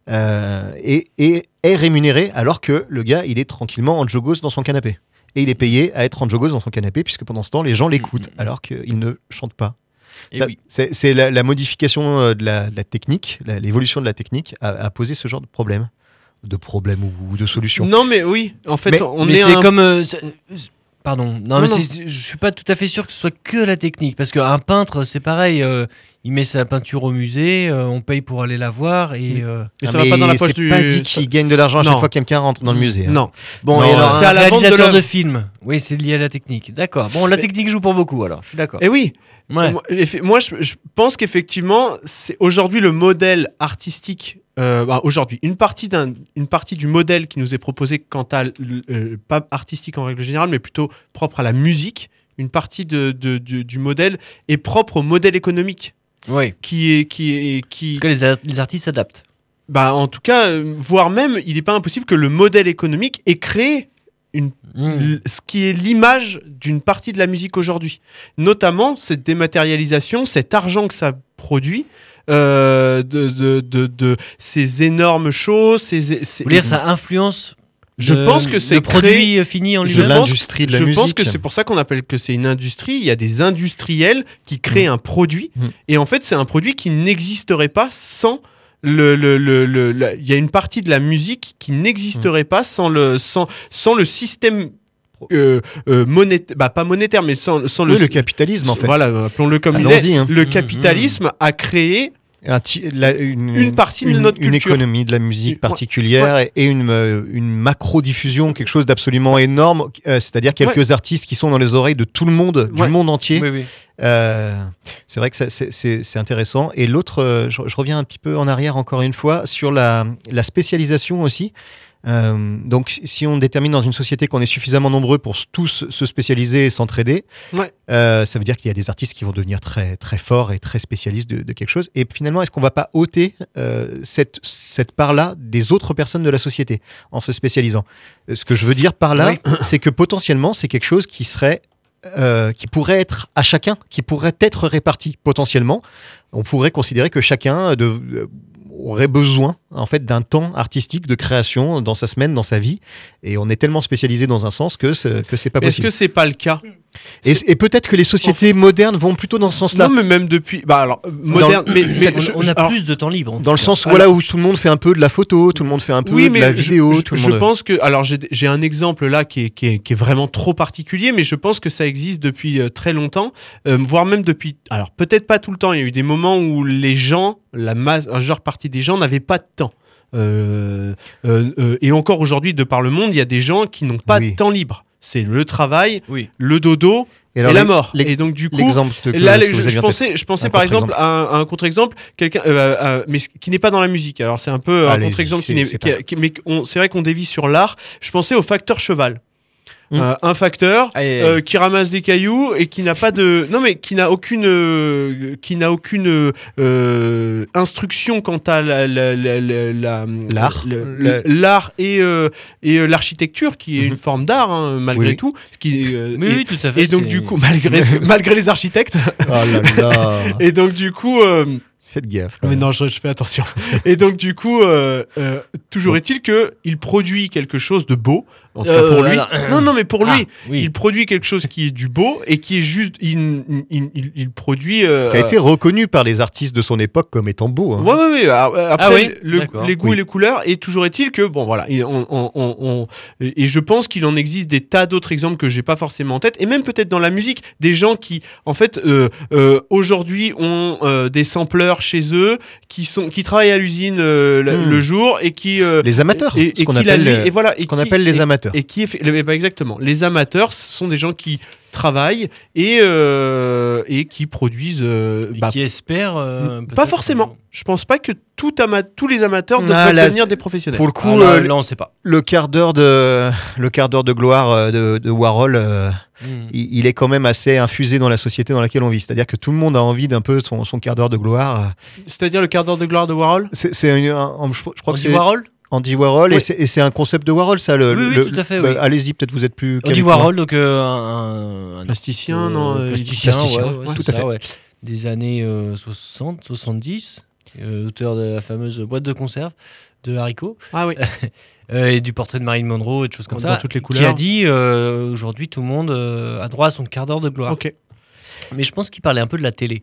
euh, et, et est rémunéré alors que le gars il est tranquillement en jogos dans son canapé et il est payé à être en jogos dans son canapé puisque pendant ce temps les gens l'écoutent Mm, mm, mm. alors qu'il ne chante pas. Eh Ça, oui. c'est, c'est la, la modification euh, de la, de la technique, la- l'évolution de la technique a, a posé ce genre de problème, de problème ou, ou de solution. Non, mais oui, en fait, Mais- on mais est c'est un- comme. euh, c'est- Pardon, non, Non, mais non. c'est- je suis pas tout à fait sûr que ce soit que la technique, parce qu'un peintre, c'est pareil, euh, il met sa peinture au musée, euh, on paye pour aller la voir, et euh, Mais Ah, ça va pas dans la poche c'est du. pas dit qu'il gagne de l'argent à chaque Non. fois que quelqu'un rentre dans le musée. hein. Non. bon, Non, et alors euh, un c'est à la vente de réalisateur de, l'œuvre. film, oui, c'est lié à la technique, d'accord. Bon, la Mais- technique joue pour beaucoup, alors, je suis d'accord. Et oui. Ouais. Moi, effe- moi, je, je pense qu'effectivement, c'est aujourd'hui le modèle artistique. euh, bah, aujourd'hui, une partie d'un, une partie du modèle qui nous est proposé quant à l- euh, pas artistique en règle générale, mais plutôt propre à la musique. Une partie de, de- du, du modèle est propre au modèle économique, Oui. qui est qui est En qui. tout cas, les, a- les artistes s'adaptent. Bah, en tout cas, euh, voire même, il n'est pas impossible que le modèle économique ait créé une Mmh. l- ce qui est l'image d'une partie de la musique aujourd'hui. Notamment cette dématérialisation, cet argent que ça produit, euh, de, de, de, de ces énormes choses. Ces, ces- Vous voulez dire, ça influence Je le- pense que c'est le produit créé- euh, fini en Je De lui-même. pense- l'industrie de la je musique. pense que c'est pour ça qu'on appelle que c'est une industrie. Il y a des industriels qui créent un produit. Mm. Et en fait, c'est un produit qui n'existerait pas sans... Le, le, le, le- la- il y a une partie de la musique qui n'existerait pas sans le, sans, sans le système euh, euh, monétaire, bah pas monétaire, mais sans, sans Oui, le, le capitalisme en fait. Voilà, appelons-le comme il Allons-y, est. hein. Le Mmh, capitalisme a créé Un ti- la- une, Une partie de une- notre une culture. économie de la musique Ouais. particulière et, et une, euh, une macro-diffusion, quelque chose d'absolument énorme, euh, c'est-à-dire quelques artistes qui sont dans les oreilles de tout le monde, du Ouais. monde entier, Oui, oui. Euh, c'est vrai que c'est, c'est, c'est, c'est intéressant. Et l'autre, euh, je, je reviens un petit peu en arrière encore une fois sur la, la spécialisation aussi. Euh, donc, si on détermine dans une société qu'on est suffisamment nombreux pour tous se spécialiser et s'entraider, Ouais. euh, ça veut dire qu'il y a des artistes qui vont devenir très, très forts et très spécialistes de, de quelque chose. Et finalement, est-ce qu'on va pas ôter euh, cette, cette part-là des autres personnes de la société en se spécialisant ? Euh, Ce que je veux dire par là, Oui. c'est que potentiellement, c'est quelque chose qui serait Euh, qui pourrait être à chacun, qui pourrait être réparti potentiellement. On pourrait considérer que chacun de, euh, aurait besoin en fait d'un temps artistique de création dans sa semaine, dans sa vie, et on est tellement spécialisé dans un sens que c'est, que c'est pas Mais est-ce possible. que c'est pas le cas ? Et, et peut-être que les sociétés modernes vont plutôt dans ce sens-là. Non, mais même depuis. Bah alors, euh, moderne. Dans- mais, mais cette- je- On je- a alors, plus de temps libre. en Dans tout le cas. sens où, Alors- voilà, où tout le monde fait un peu de la photo, tout le monde fait un peu oui, de mais la je- vidéo, je, tout le je monde. pense que. Alors, j'ai, j'ai un exemple là qui est, qui, est, qui est vraiment trop particulier, mais je pense que ça existe depuis euh, très longtemps, euh, voire même depuis. Alors, peut-être pas tout le temps. Il y a eu des moments où les gens, la masse, un genre partie des gens n'avaient pas de temps. Euh, euh, euh, et encore aujourd'hui, de par le monde, il y a des gens qui n'ont pas Oui. de temps libre. C'est le travail, Oui. le dodo et, alors, la les- mort. les- et donc, du coup. L'exemple que, Et là, que les- vous je, aviez je en tête. pensais, je pensais Un par exemple contre-exemple. à un, à un contre-exemple, quelqu'un, euh, euh, mais c- qui n'est pas dans la musique. Alors c'est un peu un Allez-y, contre-exemple qui c'est- n'est, c'est qui- pas- qui- mais on- c'est vrai qu'on dévie sur l'art. Je pensais au facteur cheval. Mm. Euh, un facteur Aïe, aïe, aïe. euh, qui ramasse des cailloux et qui n'a pas de non mais qui n'a aucune euh, qui n'a aucune euh, instruction quant à la, la- la- la- la- L'art. le- Le- l'art et euh, et euh, l'architecture qui est Mhm. une forme d'art hein, malgré Oui. tout qui euh, Oui, et, oui, tout à fait. et donc c'est- du coup malgré ce- malgré les architectes Oh là là. et donc du coup euh, Faites gaffe. quand mais même. non, je, je fais attention. Et donc, du coup, euh, euh, toujours est-il qu'il produit quelque chose de beau, en tout cas Euh, pour lui. alors, Non, non, mais pour Ah, lui, oui. il produit quelque chose qui est du beau et qui est juste. Il, il, il, il produit. euh, Qui a été reconnu par les artistes de son époque comme étant beau. hein. Ouais, ouais, ouais. Alors, euh, Après, Ah oui, le- d'accord. les goûts Oui. et les couleurs. Et toujours est-il que, bon, voilà. il- on, on- on- on- et je pense qu'il en existe des tas d'autres exemples que j'ai pas forcément en tête. Et même peut-être dans la musique, des gens qui, en fait, euh, euh, aujourd'hui ont euh, des sampleurs chez eux, qui, sont, qui travaillent à l'usine euh, le- Hmm. le jour et qui. euh, Les amateurs, et, ce et qu'on qui la appelle, nuit- euh, et voilà, et ce qu'on qui- appelle les et- amateurs. Et qui est fait- eh ben, exactement. Les amateurs, ce sont des gens qui travaillent et, euh, et qui produisent. euh, Et bah, qui espère. euh, pas peut-être, forcément. Je pense pas que tout ama- tous les amateurs Ah, doivent là, devenir c'est- des professionnels. Pour le coup, Ah, là, euh, là, on sait pas. le quart d'heure de le quart d'heure de gloire euh, de, de Warhol, euh, Hmm. il, il est quand même assez infusé dans la société dans laquelle on vit. C'est-à-dire que tout le monde a envie d'un peu son, son quart d'heure de gloire. C'est-à-dire le quart d'heure de gloire de Warhol. C'est, c'est un- un- je, je crois On que dit c'est Warhol Andy Warhol Oui. et, c'est, et c'est un concept de Warhol, ça. Le, Oui, oui, le- tout à fait, bah, oui. Allez-y, peut-être vous êtes plus. On dit calé que moi. Warhol, donc euh, un, un Plasticien, euh, non, euh, plasticien, plasticien, ouais, ouais, tout c'est à fait. ça, ouais. Des années euh, soixante, soixante-dix, euh, auteur de la fameuse boîte de conserve de haricots. Ah oui. Euh, et du portrait de Marilyn Monroe et de choses comme Dans ça. toutes les Qui couleurs. a dit euh, aujourd'hui tout le monde euh, a droit à son quart d'heure de gloire. Ok. Mais je pense qu'il parlait un peu de la télé.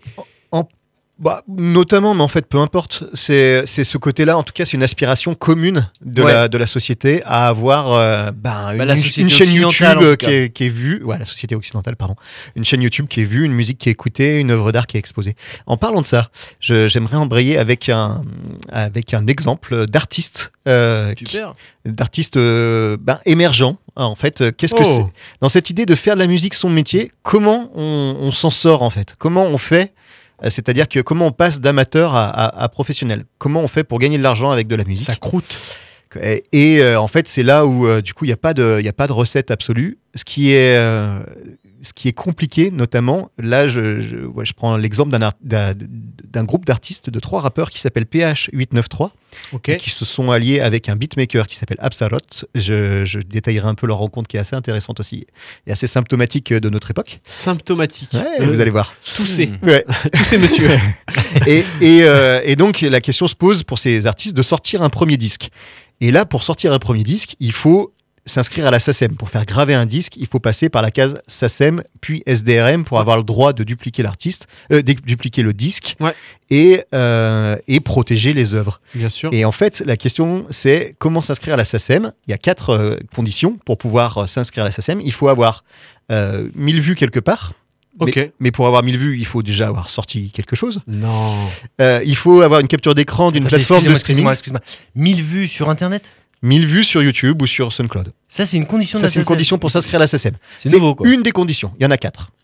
Bah, notamment, mais en fait, peu importe. C'est, c'est ce côté-là, en tout cas, c'est une aspiration commune de, Ouais. la, de la société à avoir euh, ben, une, Bah, la société une chaîne YouTube occidentale, en euh, tout qui est, qui est vue. Ouais, la société occidentale, pardon. Une chaîne YouTube qui est vue, une musique qui est écoutée, une œuvre d'art qui est exposée. En parlant de ça, je, j'aimerais embrayer avec un, avec un exemple d'artiste. Euh, qui- Super. d'artistes euh, ben, émergents. En fait, euh, qu'est-ce que Oh. c'est dans cette idée de faire de la musique son métier? Comment on, on s'en sort en fait? Comment on fait? Euh, C'est-à-dire que comment on passe d'amateur à, à- à professionnel? Comment on fait pour gagner de l'argent avec de la musique? Ça croûte. Et, et, euh, en fait, c'est là où euh, du coup il n'y a pas de, il y a pas de recette absolue. Ce qui est, euh, ce qui est compliqué, notamment, là, je, je, ouais, je prends l'exemple d'un, art- d'un, d'un groupe d'artistes de trois rappeurs qui s'appelle P H huit neuf trois. Ok. Qui se sont alliés avec un beatmaker qui s'appelle Absaroth. Je, je détaillerai un peu leur rencontre qui est assez intéressante aussi et assez symptomatique de notre époque. Symptomatique. Ouais, Euh, vous allez voir. Tousser. Ouais. Tousser, monsieur. et, et, euh, et donc la question se pose pour ces artistes de sortir un premier disque. Et là, pour sortir un premier disque, il faut s'inscrire à la SACEM. Pour faire graver un disque, il faut passer par la case SACEM, puis S D R M pour avoir le droit de dupliquer l'artiste, euh, de dupliquer le disque Ouais. et, euh, et protéger les œuvres. Bien sûr. Et en fait, la question, c'est comment s'inscrire à la SACEM. Il y a quatre euh, conditions pour pouvoir euh, s'inscrire à la SACEM. Il faut avoir euh, mille vues quelque part. Ok. Mais, mais pour avoir mille vues, il faut déjà avoir sorti quelque chose. Non. Euh, il faut avoir une capture d'écran d'une Attendez, plateforme de excusez-moi, streaming. excusez-moi, excusez-moi. mille vues sur Internet. mille vues sur YouTube ou sur SoundCloud. Ça, c'est une condition Ça, c'est une d'assassin. condition pour s'inscrire à la SACEM. C'est nouveau, quoi. une des conditions. Il y en a quatre.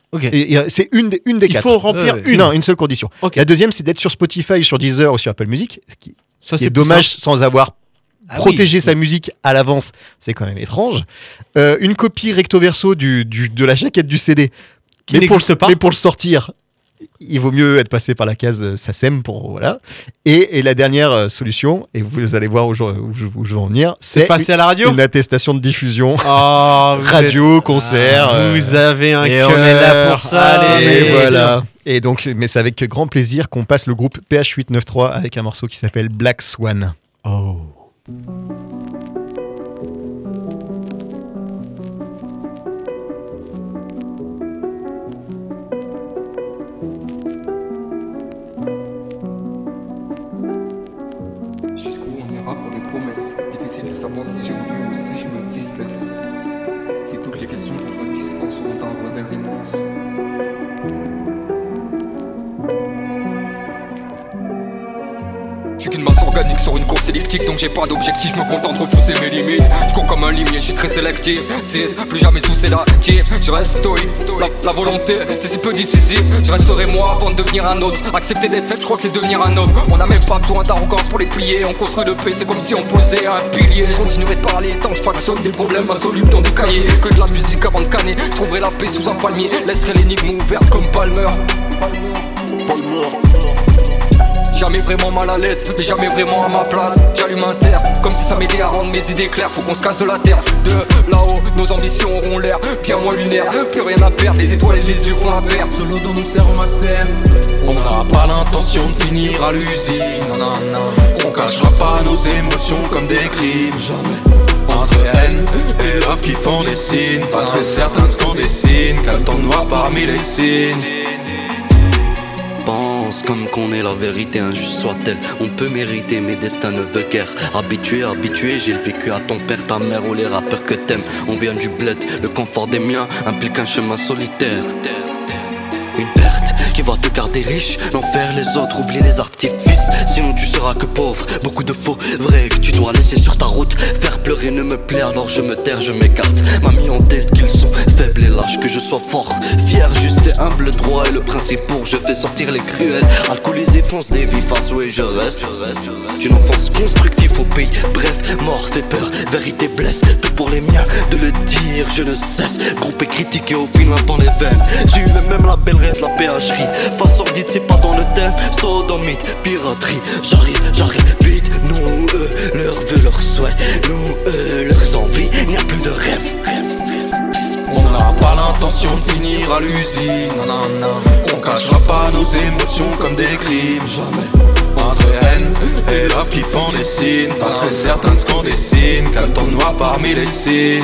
Ok. Et, et, c'est une des, une des Il quatre. faut remplir Ouais, une. Non, une seule condition. Ok. La deuxième, c'est d'être sur Spotify, sur Deezer ou sur Apple Music, ce qui, Ça, qui est plus dommage simple. sans avoir Ah protégé oui. sa musique à l'avance. C'est quand même étrange. Euh, une copie recto verso du, du, de la jaquette du C D. Qui mais pour, n'existe pas. Mais pour le sortir, il vaut mieux être passé par la case euh, SACEM pour voilà. Et, et la dernière euh, solution, et vous allez voir où je, où je, où je vais en venir, c'est Passer à la radio. une, une attestation de diffusion, Oh, vous radio, êtes- concert. euh, Vous avez un Et cœur. on est là pour ça. Allez, et mais- voilà. Et donc, mais c'est avec grand plaisir qu'on passe le groupe P H huit neuf trois avec un morceau qui s'appelle Black Swan. Oh. Jusqu'où on ira pour des promesses. Difficile de savoir si j'ai voulu ou si je me disperse. Si toutes les questions dont je me dispense ont un revers immense. Je suis qu'une masse organique sur une course elliptique, donc j'ai pas d'objectif, me contente de repousser mes limites. Je cours comme un limier, je suis très sélectif. six, plus jamais sous sédatif. Je reste stoïque, la, la volonté, c'est si peu décisif. Je resterai moi avant de devenir un autre. Accepter d'être faible, je crois que c'est devenir un homme. On a même pas besoin d'arrogance pour les plier. On construit le paix, c'est comme si on posait un pilier. Je continuerai de parler tant que je fractionne des problèmes insolubles dans des cahiers. Que de la musique avant de canner, je trouverai la paix sous un palmier. Laisserai l'énigme ouverte comme Palmer. Palmer. Jamais vraiment mal à l'aise, mais jamais vraiment à ma place. J'allume un terre, comme si ça m'aidait à rendre mes idées claires. Faut qu'on se casse de la terre, de là-haut, nos ambitions auront l'air bien moins lunaire. Plus rien à perdre, les étoiles et les yeux font la paire. Solo dans nous sert ma serre. On n'a pas l'intention de finir à l'usine. Non, non, non. On cachera pas nos émotions comme des crimes. Jamais. Entre haine et love qui font des signes. Pas très certain de ce qu'on dessine. Calme ton noir parmi les signes. Pense comme qu'on est la vérité, injuste soit-elle. On peut mériter, mais destin ne veut guère. Habitué, habitué, j'ai le vécu à ton père, ta mère ou les rappeurs que t'aimes. On vient du bled, le confort des miens implique un chemin solitaire. Une perte qui va te garder riche, l'enfer les autres, oublie les artifices. Sinon tu seras que pauvre, beaucoup de faux vrai que tu dois laisser sur ta route. Faire pleurer ne me plaît, alors je me terre, je m'écarte. M'a mis en tête qu'ils sont faibles et lâches, que je sois fort, fier, juste et humble, droit et le principe pour je fais sortir les cruels. Alcoolisé, fonce des vies face où et je reste, je reste, je reste. Une enfance constructive au pays, bref, mort fait peur, vérité blesse. Tout pour les miens, de le dire, je ne cesse. Groupé, critiqué au film dans les veines. J'ai eu le même label de la péagerie. Face sordide, c'est pas dans le thème. Sodomite, piraterie. J'arrive, j'arrive vite. Nous, eux, leurs vœux, leurs souhaits. Nous, eux, leurs envies. Il n'y a plus de rêve, rêve. On n'a pas l'intention de finir à l'usine. Non, non, non. On cachera pas nos émotions comme des crimes. Jamais. Entre haine et love qui font des signes. Pas très certain de ce qu'on dessine. Calme ton noir parmi les signes.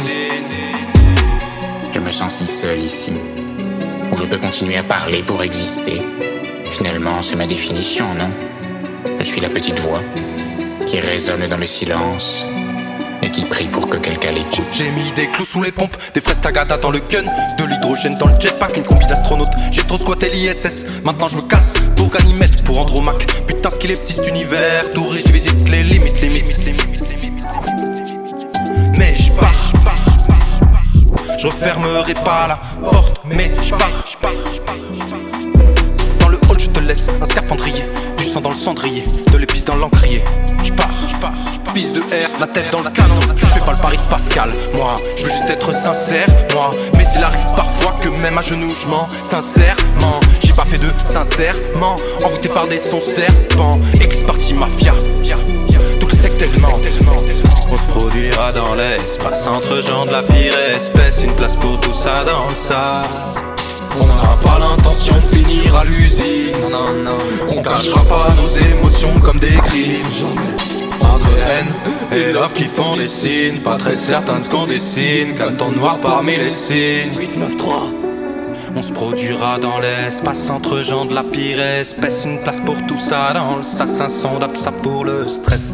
Je me sens si seul ici, où je peux continuer à parler pour exister. Finalement, c'est ma définition, non? Je suis la petite voix qui résonne dans le silence et qui prie pour que quelqu'un l'écoute. J'ai mis des clous sous les pompes, des fraises tagada dans le gun, de l'hydrogène dans le jetpack, une combi d'astronaute. J'ai trop squatté l'I S S, maintenant je me casse pour Ganymède, pour Andromaque. Putain, ce qu'il est petit cet univers, tout riche, je visite les limites, limites, limites, limites. Mais je pars, je pars, je pars, je pars. Je refermerai pas la porte, mais je pars, je pars, je pars, je pars. Dans le hall, je te laisse un scaphandrier, du sang dans le cendrier, de l'épice dans l'encrier. Je pars, je pars, je pars. Piste de air, la tête dans le canon. Je fais pas le pari de Pascal, moi, je veux juste être sincère, moi. Mais il arrive parfois que même à genoux, je mens sincèrement. J'ai pas fait de sincèrement, envoûté par des sons serpents. Ex-party mafia, tout le secte tellement. On se produira dans l'espace entre gens de la pire espèce. Une place pour tout ça dans le sas. On n'a pas l'intention de finir à l'usine. Non, non, non. On cachera pas nos émotions comme des crimes. Jamais. Entre haine et love qui font des signes. Pas très certain de ce qu'on dessine. Calme ton noir parmi les signes. huit neuf trois. On se produira dans l'espace entre gens de la pire espèce. Une place pour tout ça dans le sas. Insondable, ça pour le stress.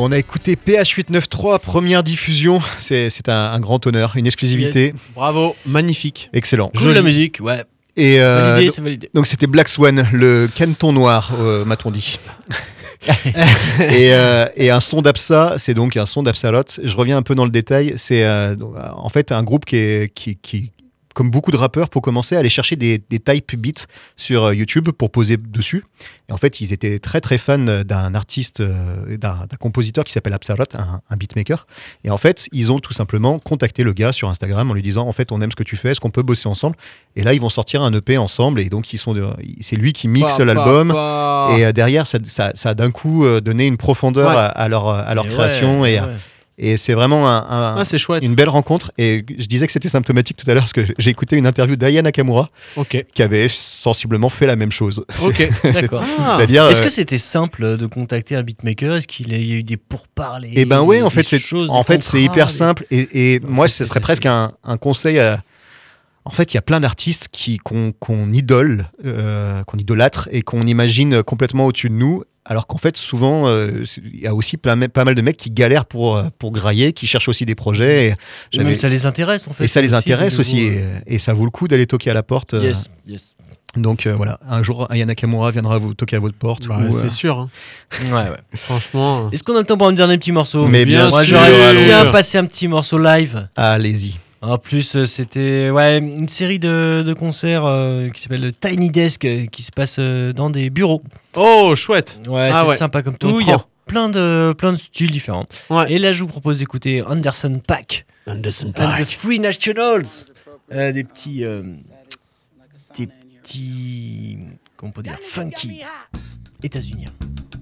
On a écouté P H huit neuf trois, première diffusion. C'est, c'est un, un grand honneur, une exclusivité. Yes. Bravo, magnifique. Excellent. Joue de la musique, ouais. Et euh, validé, donc, c'est validé. donc c'était Black Swan, le caneton noir, euh, m'a-t-on dit. et, euh, et un son d'Absa, c'est donc un son d'Absalot. Je reviens un peu dans le détail. C'est euh, donc, en fait un groupe qui est qui, qui comme beaucoup de rappeurs, pour commencer, aller chercher des, des type beats sur euh, YouTube pour poser dessus. Et en fait, ils étaient très très fans d'un artiste, euh, d'un, d'un compositeur qui s'appelle Absalot, un, un beatmaker. Et en fait, ils ont tout simplement contacté le gars sur Instagram en lui disant, en fait, on aime ce que tu fais, est-ce qu'on peut bosser ensemble ? Et là, ils vont sortir un E P ensemble. Et donc, ils sont de, c'est lui qui mixe bah, l'album. Bah, bah. Et euh, derrière, ça, ça, ça a d'un coup euh, donné une profondeur Ouais. à, à leur, à leur Et création. ouais, et, ouais. Et c'est vraiment un, un, Ah, c'est chouette. une belle rencontre. Et je disais que c'était symptomatique tout à l'heure parce que j'ai écouté une interview d'Aya Nakamura Ok. qui avait sensiblement fait la même chose. Ok, C'est- d'accord. Ah. C'est-à-dire. Est-ce euh, que c'était simple de contacter un beatmaker ? Est-ce qu'il y a eu des pourparlers ? Eh ben ouais, en des fait, c'est, choses, en des fait, c'est contrats, hyper des- simple. Et, et moi, c'est ce serait facile. presque un, un conseil à. En fait, il y a plein d'artistes qui, qu'on, qu'on idole, euh, qu'on idolâtre et qu'on imagine complètement au-dessus de nous. Alors qu'en fait, souvent, euh, c'est- il y a aussi plein, pas mal de mecs qui galèrent pour, euh, pour grailler, qui cherchent aussi des projets. Et, Et j'avais- même ça les intéresse en fait. et ça les aussi, intéresse de aussi. nouveau, Et, et ça vaut le coup d'aller toquer à la porte. euh, Yes, yes. Donc euh, voilà, un jour, Aya Nakamura viendra vous toquer à votre porte. Bah, ou, c'est euh, sûr. hein. Ouais, ouais. Franchement. Est-ce qu'on a le temps pour un dernier petit morceau ? Mais bien Moi, sûr, j'aurais allons-y. bien passé un petit morceau live. Allez-y. En plus, euh, c'était ouais, une série de, de concerts euh, qui s'appelle Tiny Desk euh, qui se passe euh, dans des bureaux. Oh, chouette. Ouais, Ah c'est ouais. sympa comme On tout. Il y a prend. plein de, plein de styles différents. Ouais. Et là, je vous propose d'écouter Anderson .Paak Anderson and the Paak. Free Nationals. Euh, des petits. euh, des petits. Comment on peut dire ? Funky. États-Uniens.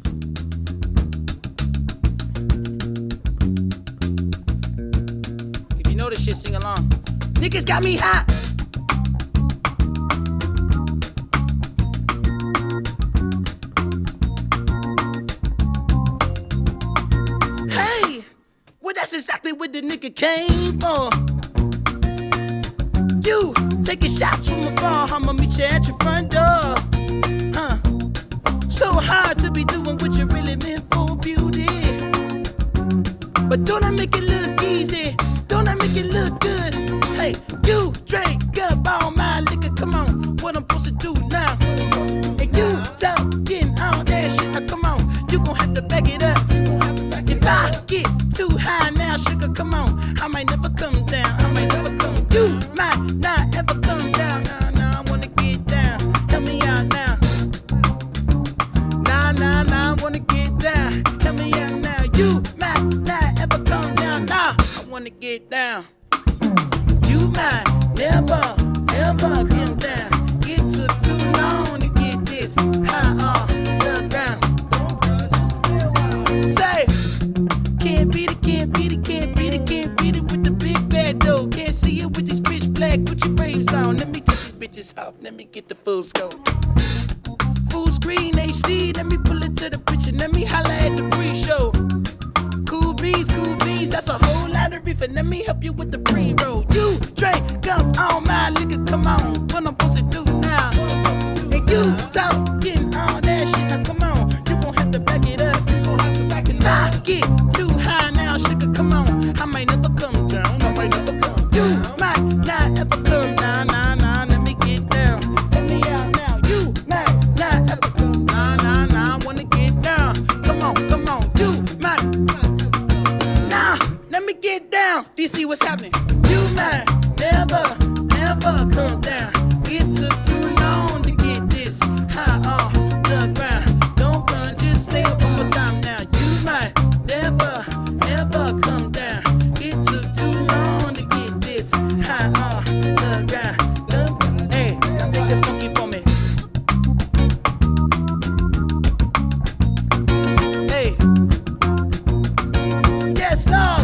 If you know this shit, sing along. Niggas got me hot. Hey, well that's exactly what the nigga came for. You taking shots from afar, I'ma meet you at your front door. Huh? So hard to be doing what you really meant for, beauty. But don't I make it look easy? Don't I make it look good? Hey, you drink up all my liquor. Come on, what I'm supposed to do now? And you talking all that shit. Now, come on, you gon' have to back it up. If I get too high now, sugar, come on, I might never come down. I might never come. You might not ever come down. Nah, nah, I wanna get down. Help me out now. Nah, nah, nah, I wanna get down. Help me out now. You might not ever come down. Nah, I wanna get down. You might never, ever come down. It took too long to get this high off the ground. Say, can't beat it, can't beat it, can't beat it, can't beat it with the big bad dough. Can't see it with this bitch black. Put your brains on. Let me take these bitches off. Let me get the full scope. Full screen H D. Let me pull it to the picture. Let me holla at the pre-show. Cool beans, cool beans. That's a whole lot of reefer. Let me help you with the pre-roll. You drink up all my liquor. Come on, what I'm supposed to do now? And you talking all that shit. Now come on, you gon' have to back it up. If I get too high now, sugar, come on, I might never come down. I might never come. You might not ever come down. Nah, nah, let me get down. Let me out now. You might not ever come. Nah, nah, nah, I wanna get down. Come on, come on. You might. Nah, let me get down. Do you see what's happening? You might never, never come down. It took too long to get this high off the ground. Don't run, just stay up one more time now. You might never, ever come down. It took too long to get this high off the ground. Look, hey, now make it funky for me. Hey, yes, Lord.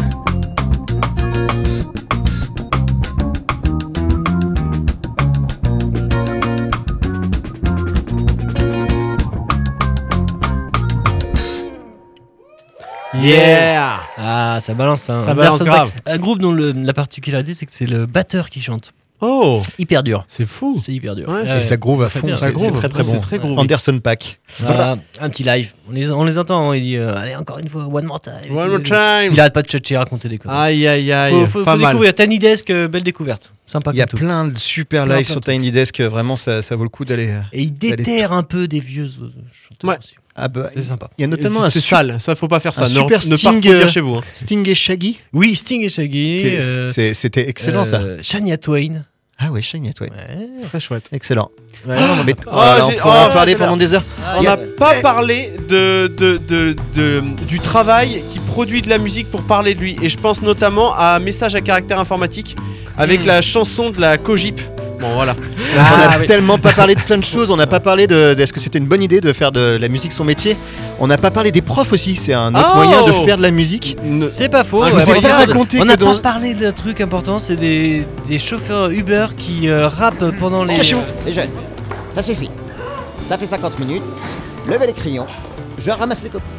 Yeah. Ah, ça balance. Hein. Ça balance Anderson grave. .Paak. Un groupe dont le- la particularité, c'est que c'est le batteur qui chante. Oh, hyper dur. C'est fou. C'est hyper dur. Ouais, Et ça groove à fond, bien, c'est ouais. c'est très très Ouais, bon. c'est très groovy. Anderson Paak. Voilà, un petit live. On les, on les entend, il dit euh, allez, encore une fois, one more time. One more time. Il arrête pas de tchatcher, raconter des conneries. Aïe, aïe, aïe. Faut, faut, pas faut mal. découvrir. Tiny Desk, euh, belle découverte. Sympa Il y a comme tout. plein de super Plein, lives plein sur de Tiny Desk, vraiment ça, ça vaut le coup d'aller. Et il d'aller- déterre un peu des vieux euh, chanteurs Ouais. aussi. Ah bah, C'est sympa. il y a notamment C'est un c'est su- sale, ça faut pas faire ça. un Ne, super ne pas Sting, reproduire euh, chez vous. hein. Sting et Shaggy. Oui, Sting et Shaggy. Qui est- euh, c'est- C'était excellent ça. euh, Shania Twain. Ah ouais, Shania Twain. Ouais. Très chouette. Excellent. Ouais, non, Mais ça- oh là là, Oh, on j'ai- pourra oh, en parler c'est pendant bien. des heures. On Il y n'a a- pas parlé de, de, de, de- du travail qui produit de la musique pour parler de lui. Et je pense notamment à Message à caractère informatique avec Mm. la chanson de la Cogip. Bon voilà. on a Ah, oui. tellement pas parlé de plein de choses. On n'a pas parlé de, de- est-ce que c'était une bonne idée de faire de la musique son métier. On n'a pas parlé des profs aussi. C'est un autre Oh moyen de faire de la musique. Ne- C'est pas faux. Ah, je ouais, vous ai ouais, pas regarde, raconté on que n'a dans- pas parlé d'un truc important, c'est des, des chauffeurs Uber qui euh, rappent pendant les. Cachez-vous, les jeunes. Ça suffit. Ça fait cinquante minutes. Levez les crayons. Je ramasse les copies.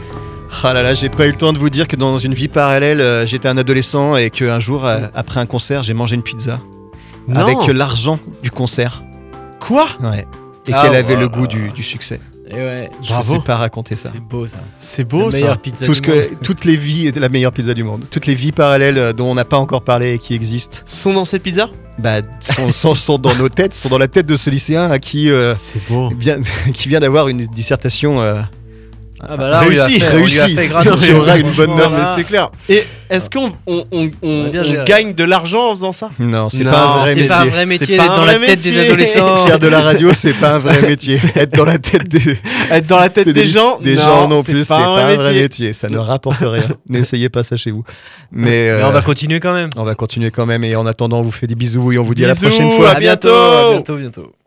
Ah là là, j'ai pas eu le temps de vous dire que dans une vie parallèle, euh, j'étais un adolescent et qu'un jour, euh, après un concert, j'ai mangé une pizza Non. avec euh, l'argent du concert. Quoi? Ouais. Et Ah, qu'elle avait ouais. le goût du, du succès. Et ouais. Je Bravo. sais pas raconter ça. C'est beau ça. C'est beau La ça. meilleure pizza Tout du ce monde. que, toutes les vies étaient la meilleure pizza du monde. Toutes les vies parallèles euh, dont on n'a pas encore parlé et qui existent, Sont dans cette pizza? bah, sont, sont, sont dans nos têtes, sont dans la tête de ce lycéen à qui, euh, C'est beau. vient, qui vient d'avoir une dissertation euh, Ah bah là, on lui a réussie, fait- on lui a réussie, fait grâce. qui aura une bonne Franchement, note. là. C'est clair. Et est-ce qu'on on, on, on- On a bien on géré. gagne de l'argent en faisant ça? Non, c'est Non, pas un vrai C'est métier. pas un vrai métier C'est pas d'être un dans la vrai tête des métier. adolescents. Faire de la radio, c'est pas un vrai métier. Être dans la tête des, Être dans la tête des, gens? des non, gens non c'est plus, c'est pas pas un un vrai métier. Ça ne rapporte rien. N'essayez pas ça chez vous. Mais, Mais euh, on va continuer quand même. on va continuer quand même. Et en attendant, on vous fait des bisous et on vous dit à la Bisous, prochaine fois. à bientôt. À bientôt, bientôt.